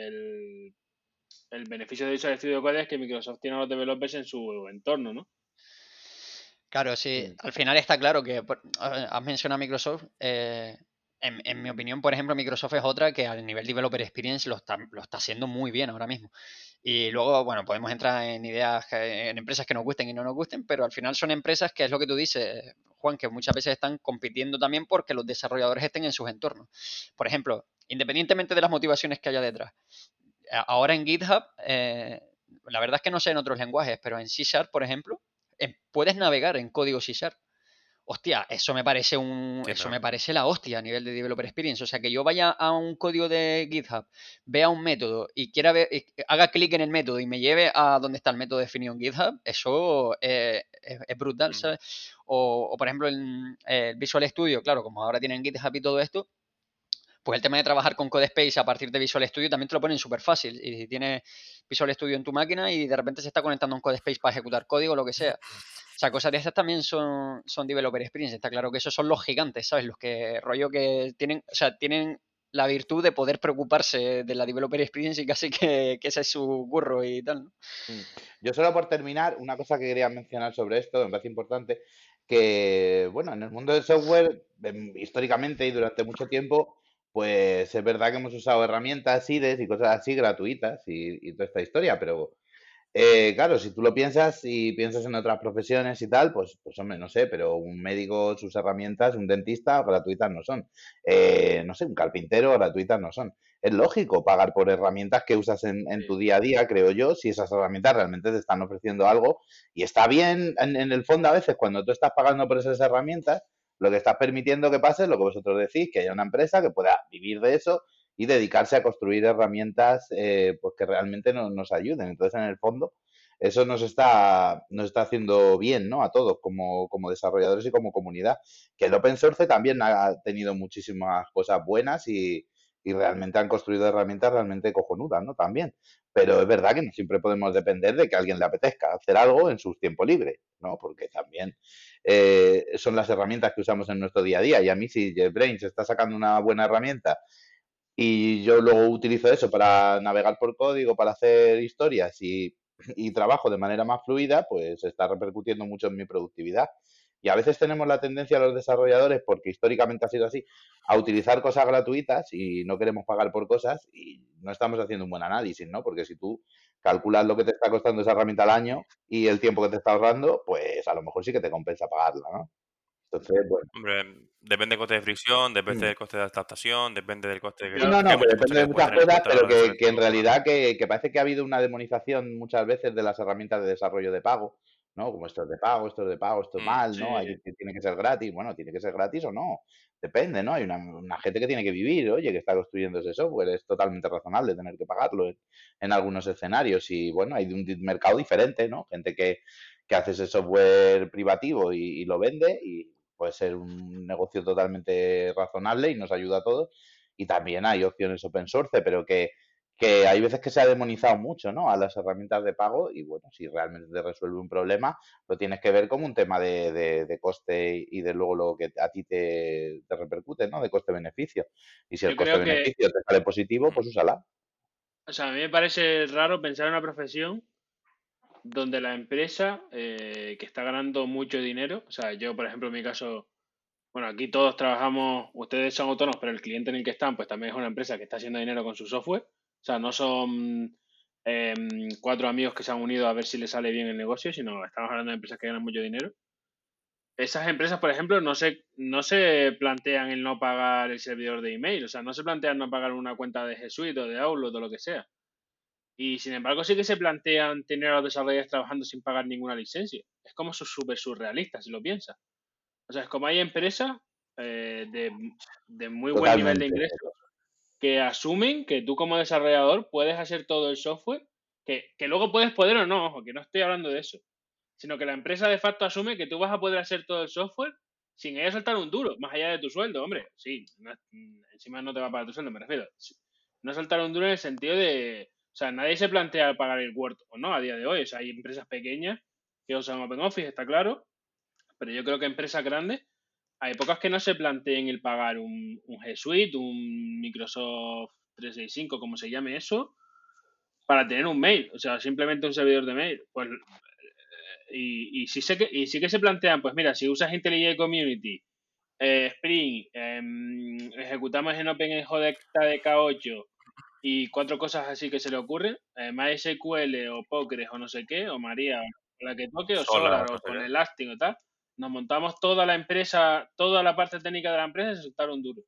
El beneficio de Visual Studio Code es que Microsoft tiene a los developers en su entorno, ¿no? claro, sí, Mm. al final está claro que has mencionado a Microsoft. En mi opinión, por ejemplo, Microsoft es otra que al nivel developer experience lo está haciendo muy bien ahora mismo. Y luego, bueno, podemos entrar en ideas, en empresas que nos gusten y no nos gusten, pero al final son empresas que es lo que tú dices, Juan, que muchas veces están compitiendo también porque los desarrolladores estén en sus entornos. Por ejemplo, independientemente de las motivaciones que haya detrás, ahora en GitHub, la verdad es que no sé en otros lenguajes, pero en C Sharp, por ejemplo, puedes navegar en código C Sharp. Hostia, eso me parece Entiendo. la hostia a nivel de developer experience. O sea, que yo vaya a un código de GitHub, vea un método y quiera ver, haga clic en el método y me lleve a donde está el método definido en GitHub, eso es brutal, ¿sabes? O, por ejemplo, en el Visual Studio, claro, como ahora tienen GitHub y todo esto, pues el tema de trabajar con CodeSpace a partir de Visual Studio también te lo ponen súper fácil. Y tienes Visual Studio en tu máquina y de repente se está conectando un CodeSpace para ejecutar código o lo que sea. O sea, cosas de estas también son developer experience. Está claro que esos son los gigantes, ¿sabes? Los que rollo que tienen, o sea, tienen la virtud de poder preocuparse de la developer experience y casi que ese es su curro y tal, ¿no? Mm. Yo solo por terminar, una cosa que quería mencionar sobre esto, me parece importante, que bueno, en el mundo del software, históricamente y durante mucho tiempo, pues es verdad que hemos usado herramientas, IDEs y cosas así gratuitas y toda esta historia, pero claro, si tú lo piensas y piensas en otras profesiones y tal, pues hombre, no sé, pero un médico, sus herramientas, un dentista, gratuitas no son. No sé, un carpintero, gratuitas no son. Es lógico pagar por herramientas que usas en Sí. tu día a día, creo yo, si esas herramientas realmente te están ofreciendo algo. Y está bien, en el fondo, a veces, cuando tú estás pagando por esas herramientas, lo que estás permitiendo que pase es lo que vosotros decís, que haya una empresa que pueda vivir de eso y dedicarse a construir herramientas pues que realmente nos ayuden. Entonces, en el fondo, eso nos está haciendo bien, ¿no? A todos como desarrolladores y como comunidad. Que el open source también ha tenido muchísimas cosas buenas y realmente han construido herramientas realmente cojonudas, ¿no? También. Pero es verdad que no siempre podemos depender de que a alguien le apetezca hacer algo en sus tiempos libres, ¿no? Porque también son las herramientas que usamos en nuestro día a día. Y a mí, si JetBrains está sacando una buena herramienta y yo luego utilizo eso para navegar por código, para hacer historias y trabajo de manera más fluida, pues está repercutiendo mucho en mi productividad. Y a veces tenemos la tendencia los desarrolladores, porque históricamente ha sido así, a utilizar cosas gratuitas y no queremos pagar por cosas y no estamos haciendo un buen análisis, ¿no? Porque si tú calculas lo que te está costando esa herramienta al año y el tiempo que te está ahorrando, pues a lo mejor sí que te compensa pagarla, ¿no? Entonces, bueno. Hombre, depende del coste de fricción, depende Mm. del coste de adaptación, depende del coste Sí, no, que hay que muchas depende cosas de que puedes muchas tener en cosas, cuenta a la pero hora de hacer que en esto. realidad que parece que ha habido una demonización muchas veces de las herramientas de desarrollo de pago, ¿no? Como esto es de pago, esto es de pago, esto es mal, ¿no? Sí, Tiene que ser gratis. Bueno, tiene que ser gratis o no. Depende, ¿no? Hay una gente que tiene que vivir, oye, que está construyendo ese software. Es totalmente razonable tener que pagarlo en algunos escenarios. Y bueno, hay un mercado diferente, ¿no? Gente que hace ese software privativo y lo vende y puede ser un negocio totalmente razonable y nos ayuda a todos. Y también hay opciones open source, pero que hay veces que se ha demonizado mucho, ¿no? A las herramientas de pago y bueno, si realmente te resuelve un problema, lo tienes que ver como un tema de coste y de luego lo que a ti te repercute, ¿no? De coste-beneficio. Y si el yo creo coste-beneficio te sale positivo, Mm. pues úsala. o sea, a mí me parece raro pensar en una profesión donde la empresa que está ganando mucho dinero, o sea, yo, por ejemplo, en mi caso, bueno, aquí todos trabajamos, ustedes son autónomos, pero el cliente en el que están, pues también es una empresa que está haciendo dinero con su software. O sea, no son cuatro amigos que se han unido a ver si les sale bien el negocio, sino estamos hablando de empresas que ganan mucho dinero. Esas empresas, por ejemplo, no se plantean el no pagar el servidor de email, o sea, no se plantean no pagar una cuenta de G Suite o de Outlook o lo que sea. Y sin embargo, sí que se plantean tener a los desarrolladores trabajando sin pagar ninguna licencia. Es como súper surrealista, si lo piensas. O sea, es como hay empresas de muy buen nivel de Totalmente. ingreso que asumen que tú como desarrollador puedes hacer todo el software, que luego puedes poder o no, ojo, que no estoy hablando de eso, sino que la empresa de facto asume que tú vas a poder hacer todo el software sin ella soltar un duro, más allá de tu sueldo, hombre. Sí, encima no te va a pagar tu sueldo, me refiero. No soltar un duro en el sentido de, o sea, nadie se plantea pagar el Word o no a día de hoy. O sea, hay empresas pequeñas que usan OpenOffice, está claro, pero yo creo que empresas grandes, hay pocas que no se planteen el pagar un G Suite, un Microsoft 365, como se llame eso, para tener un mail, o sea, simplemente un servidor de mail. Pues, y sí que se plantean, pues mira, si usas IntelliJ Community, Spring, ejecutamos en OpenNJ de K8 y cuatro cosas así que se le ocurren, MySQL o Postgres o no sé qué, o María, o la que toque, o Solar, Solar, no o sé con qué. Elastic o tal, nos montamos toda la empresa, toda la parte técnica de la empresa y se soltaron duro.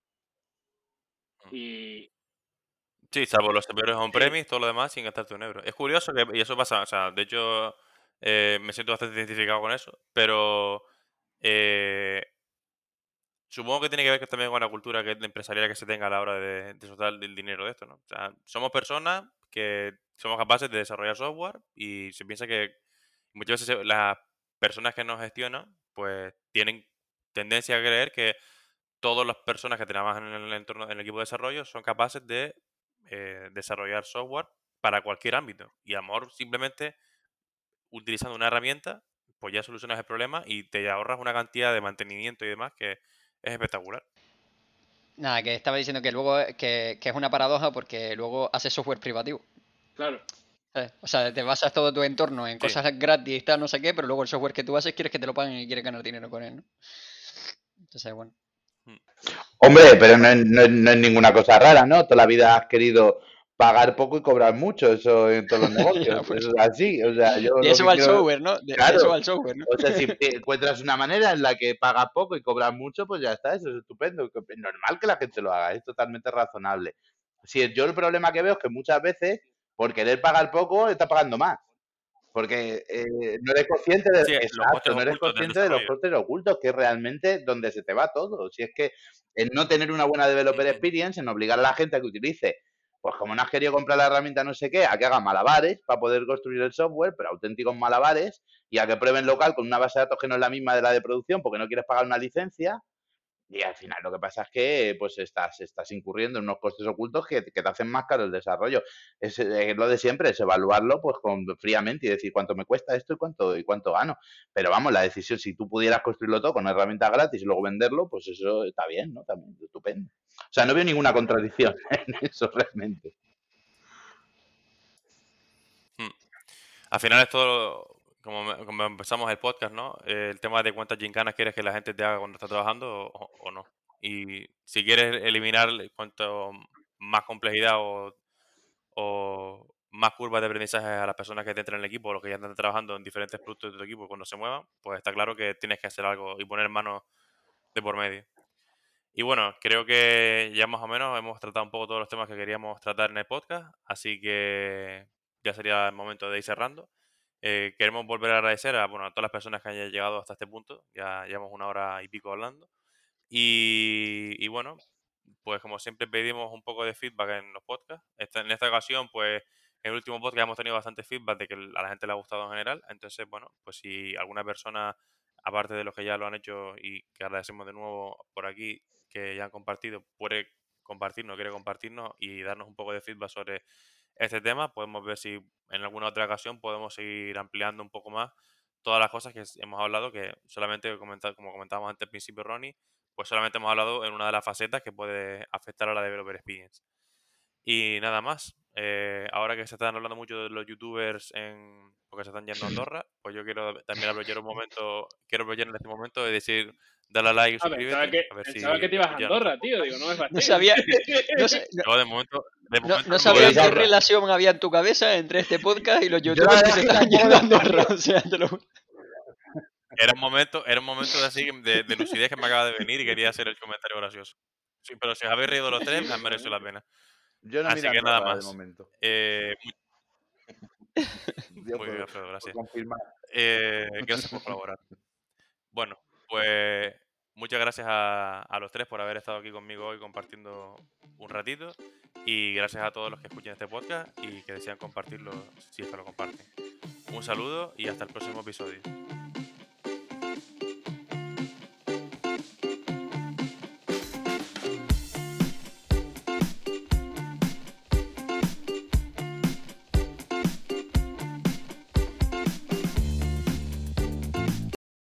Y Sí, salvo los servidores sí, on-premise, todo lo demás sin gastarte un euro. Es curioso que, y eso pasa, o sea, de hecho, me siento bastante identificado con eso, pero eh, supongo que tiene que ver también con la cultura empresarial que se tenga a la hora de soltar el dinero de esto, ¿no? O sea, somos personas que somos capaces de desarrollar software y se piensa que muchas veces las personas que nos gestionan, pues tienen tendencia a creer que todas las personas que trabajan en el entorno, en el equipo de desarrollo, son capaces de desarrollar software para cualquier ámbito. Y a lo mejor simplemente utilizando una herramienta, pues ya solucionas el problema y te ahorras una cantidad de mantenimiento y demás que es espectacular. Nada, que estaba diciendo que luego que es una paradoja porque luego haces software privativo. claro. ¿Sabes? O sea, te basas todo tu entorno en Sí. cosas gratis y tal, no sé qué, pero luego el software que tú haces quieres que te lo paguen y quieres ganar dinero con él, ¿no? Entonces, bueno. Hombre, pero no es ninguna cosa rara, ¿no? Toda la vida has querido pagar poco y cobrar mucho, eso en todos los negocios. Ya, pues, Eso es así. O sea, yo de lo eso que va el quiero. software, ¿no? De eso Claro. va el software, ¿no? O sea, si te encuentras una manera en la que pagas poco y cobras mucho, pues ya está, eso es estupendo. Es normal que la gente lo haga, es totalmente razonable. Si yo el problema que veo es que muchas veces, por querer pagar poco, estás pagando más. Porque no eres consciente de, Sí, los costes exacto, no eres ocultos del consciente de los desarrollo. costes ocultos, que es realmente donde se te va todo. Si es que el no tener una buena developer experience, en obligar a la gente a que utilice, pues como no has querido comprar la herramienta no sé qué, a que haga malabares para poder construir el software, pero auténticos malabares, y a que prueben local con una base de datos que no es la misma de la de producción porque no quieres pagar una licencia, Y al final lo que pasa es que pues estás incurriendo en unos costes ocultos que te hacen más caro el desarrollo. Es lo de siempre, es evaluarlo pues fríamente y decir cuánto me cuesta esto y cuánto gano. Pero vamos, la decisión, si tú pudieras construirlo todo con herramientas gratis y luego venderlo, pues eso está bien, ¿no? También, estupendo. O sea, no veo ninguna contradicción en eso realmente. Al final es todo, como empezamos el podcast, ¿no? El tema de cuántas gincanas quieres que la gente te haga cuando está trabajando o no. Y si quieres eliminar cuanto más complejidad o más curvas de aprendizaje a las personas que te entran en el equipo o los que ya están trabajando en diferentes productos de tu equipo cuando se muevan, pues está claro que tienes que hacer algo y poner manos de por medio. Y bueno, creo que ya más o menos hemos tratado un poco todos los temas que queríamos tratar en el podcast, así que ya sería el momento de ir cerrando. Queremos volver a agradecer a todas las personas que hayan llegado hasta este punto. Ya llevamos 1 hora y pico hablando. Y bueno, pues como siempre pedimos un poco de feedback en los podcasts. En esta ocasión, pues en el último podcast hemos tenido bastante feedback de que a la gente le ha gustado en general. Entonces, bueno, pues si alguna persona, aparte de los que ya lo han hecho y que agradecemos de nuevo por aquí, que ya han compartido, puede compartirnos, quiere compartirnos y darnos un poco de feedback sobre este tema, podemos ver si en alguna otra ocasión podemos seguir ampliando un poco más todas las cosas que hemos hablado, que solamente como comentábamos antes al principio, Ronnie, pues solamente hemos hablado en una de las facetas que puede afectar a la developer experience. Y nada más. Ahora que se están hablando mucho de los youtubers porque se están yendo a Andorra, pues yo quiero también aprovechar en este momento y decir, dale a like y suscríbete. A ver Pensaba si que te ibas a escuchan Andorra, nuestros tío. Digo, no me No fastidies. sabía, Yo de momento no me sabía voy a qué Andorra. relación había en tu cabeza entre este podcast y los Yo la youtubers que verdad se es que estaban tampoco yendo a lo Andorra. O sea, te lo juro. Era un momento de así de lucidez que me acaba de venir y quería hacer el comentario gracioso. Sí, pero si os habéis reído los tres, me han merecido la pena. Yo no Así miro a que nada Andorra de más. momento. Yo Muy bien, por, Alfredo, por gracias. confirmar. Gracias por colaborar. Bueno, pues muchas gracias a los tres por haber estado aquí conmigo hoy compartiendo un ratito. Y gracias a todos los que escuchen este podcast y que desean compartirlo si es que lo comparten. Un saludo y hasta el próximo episodio.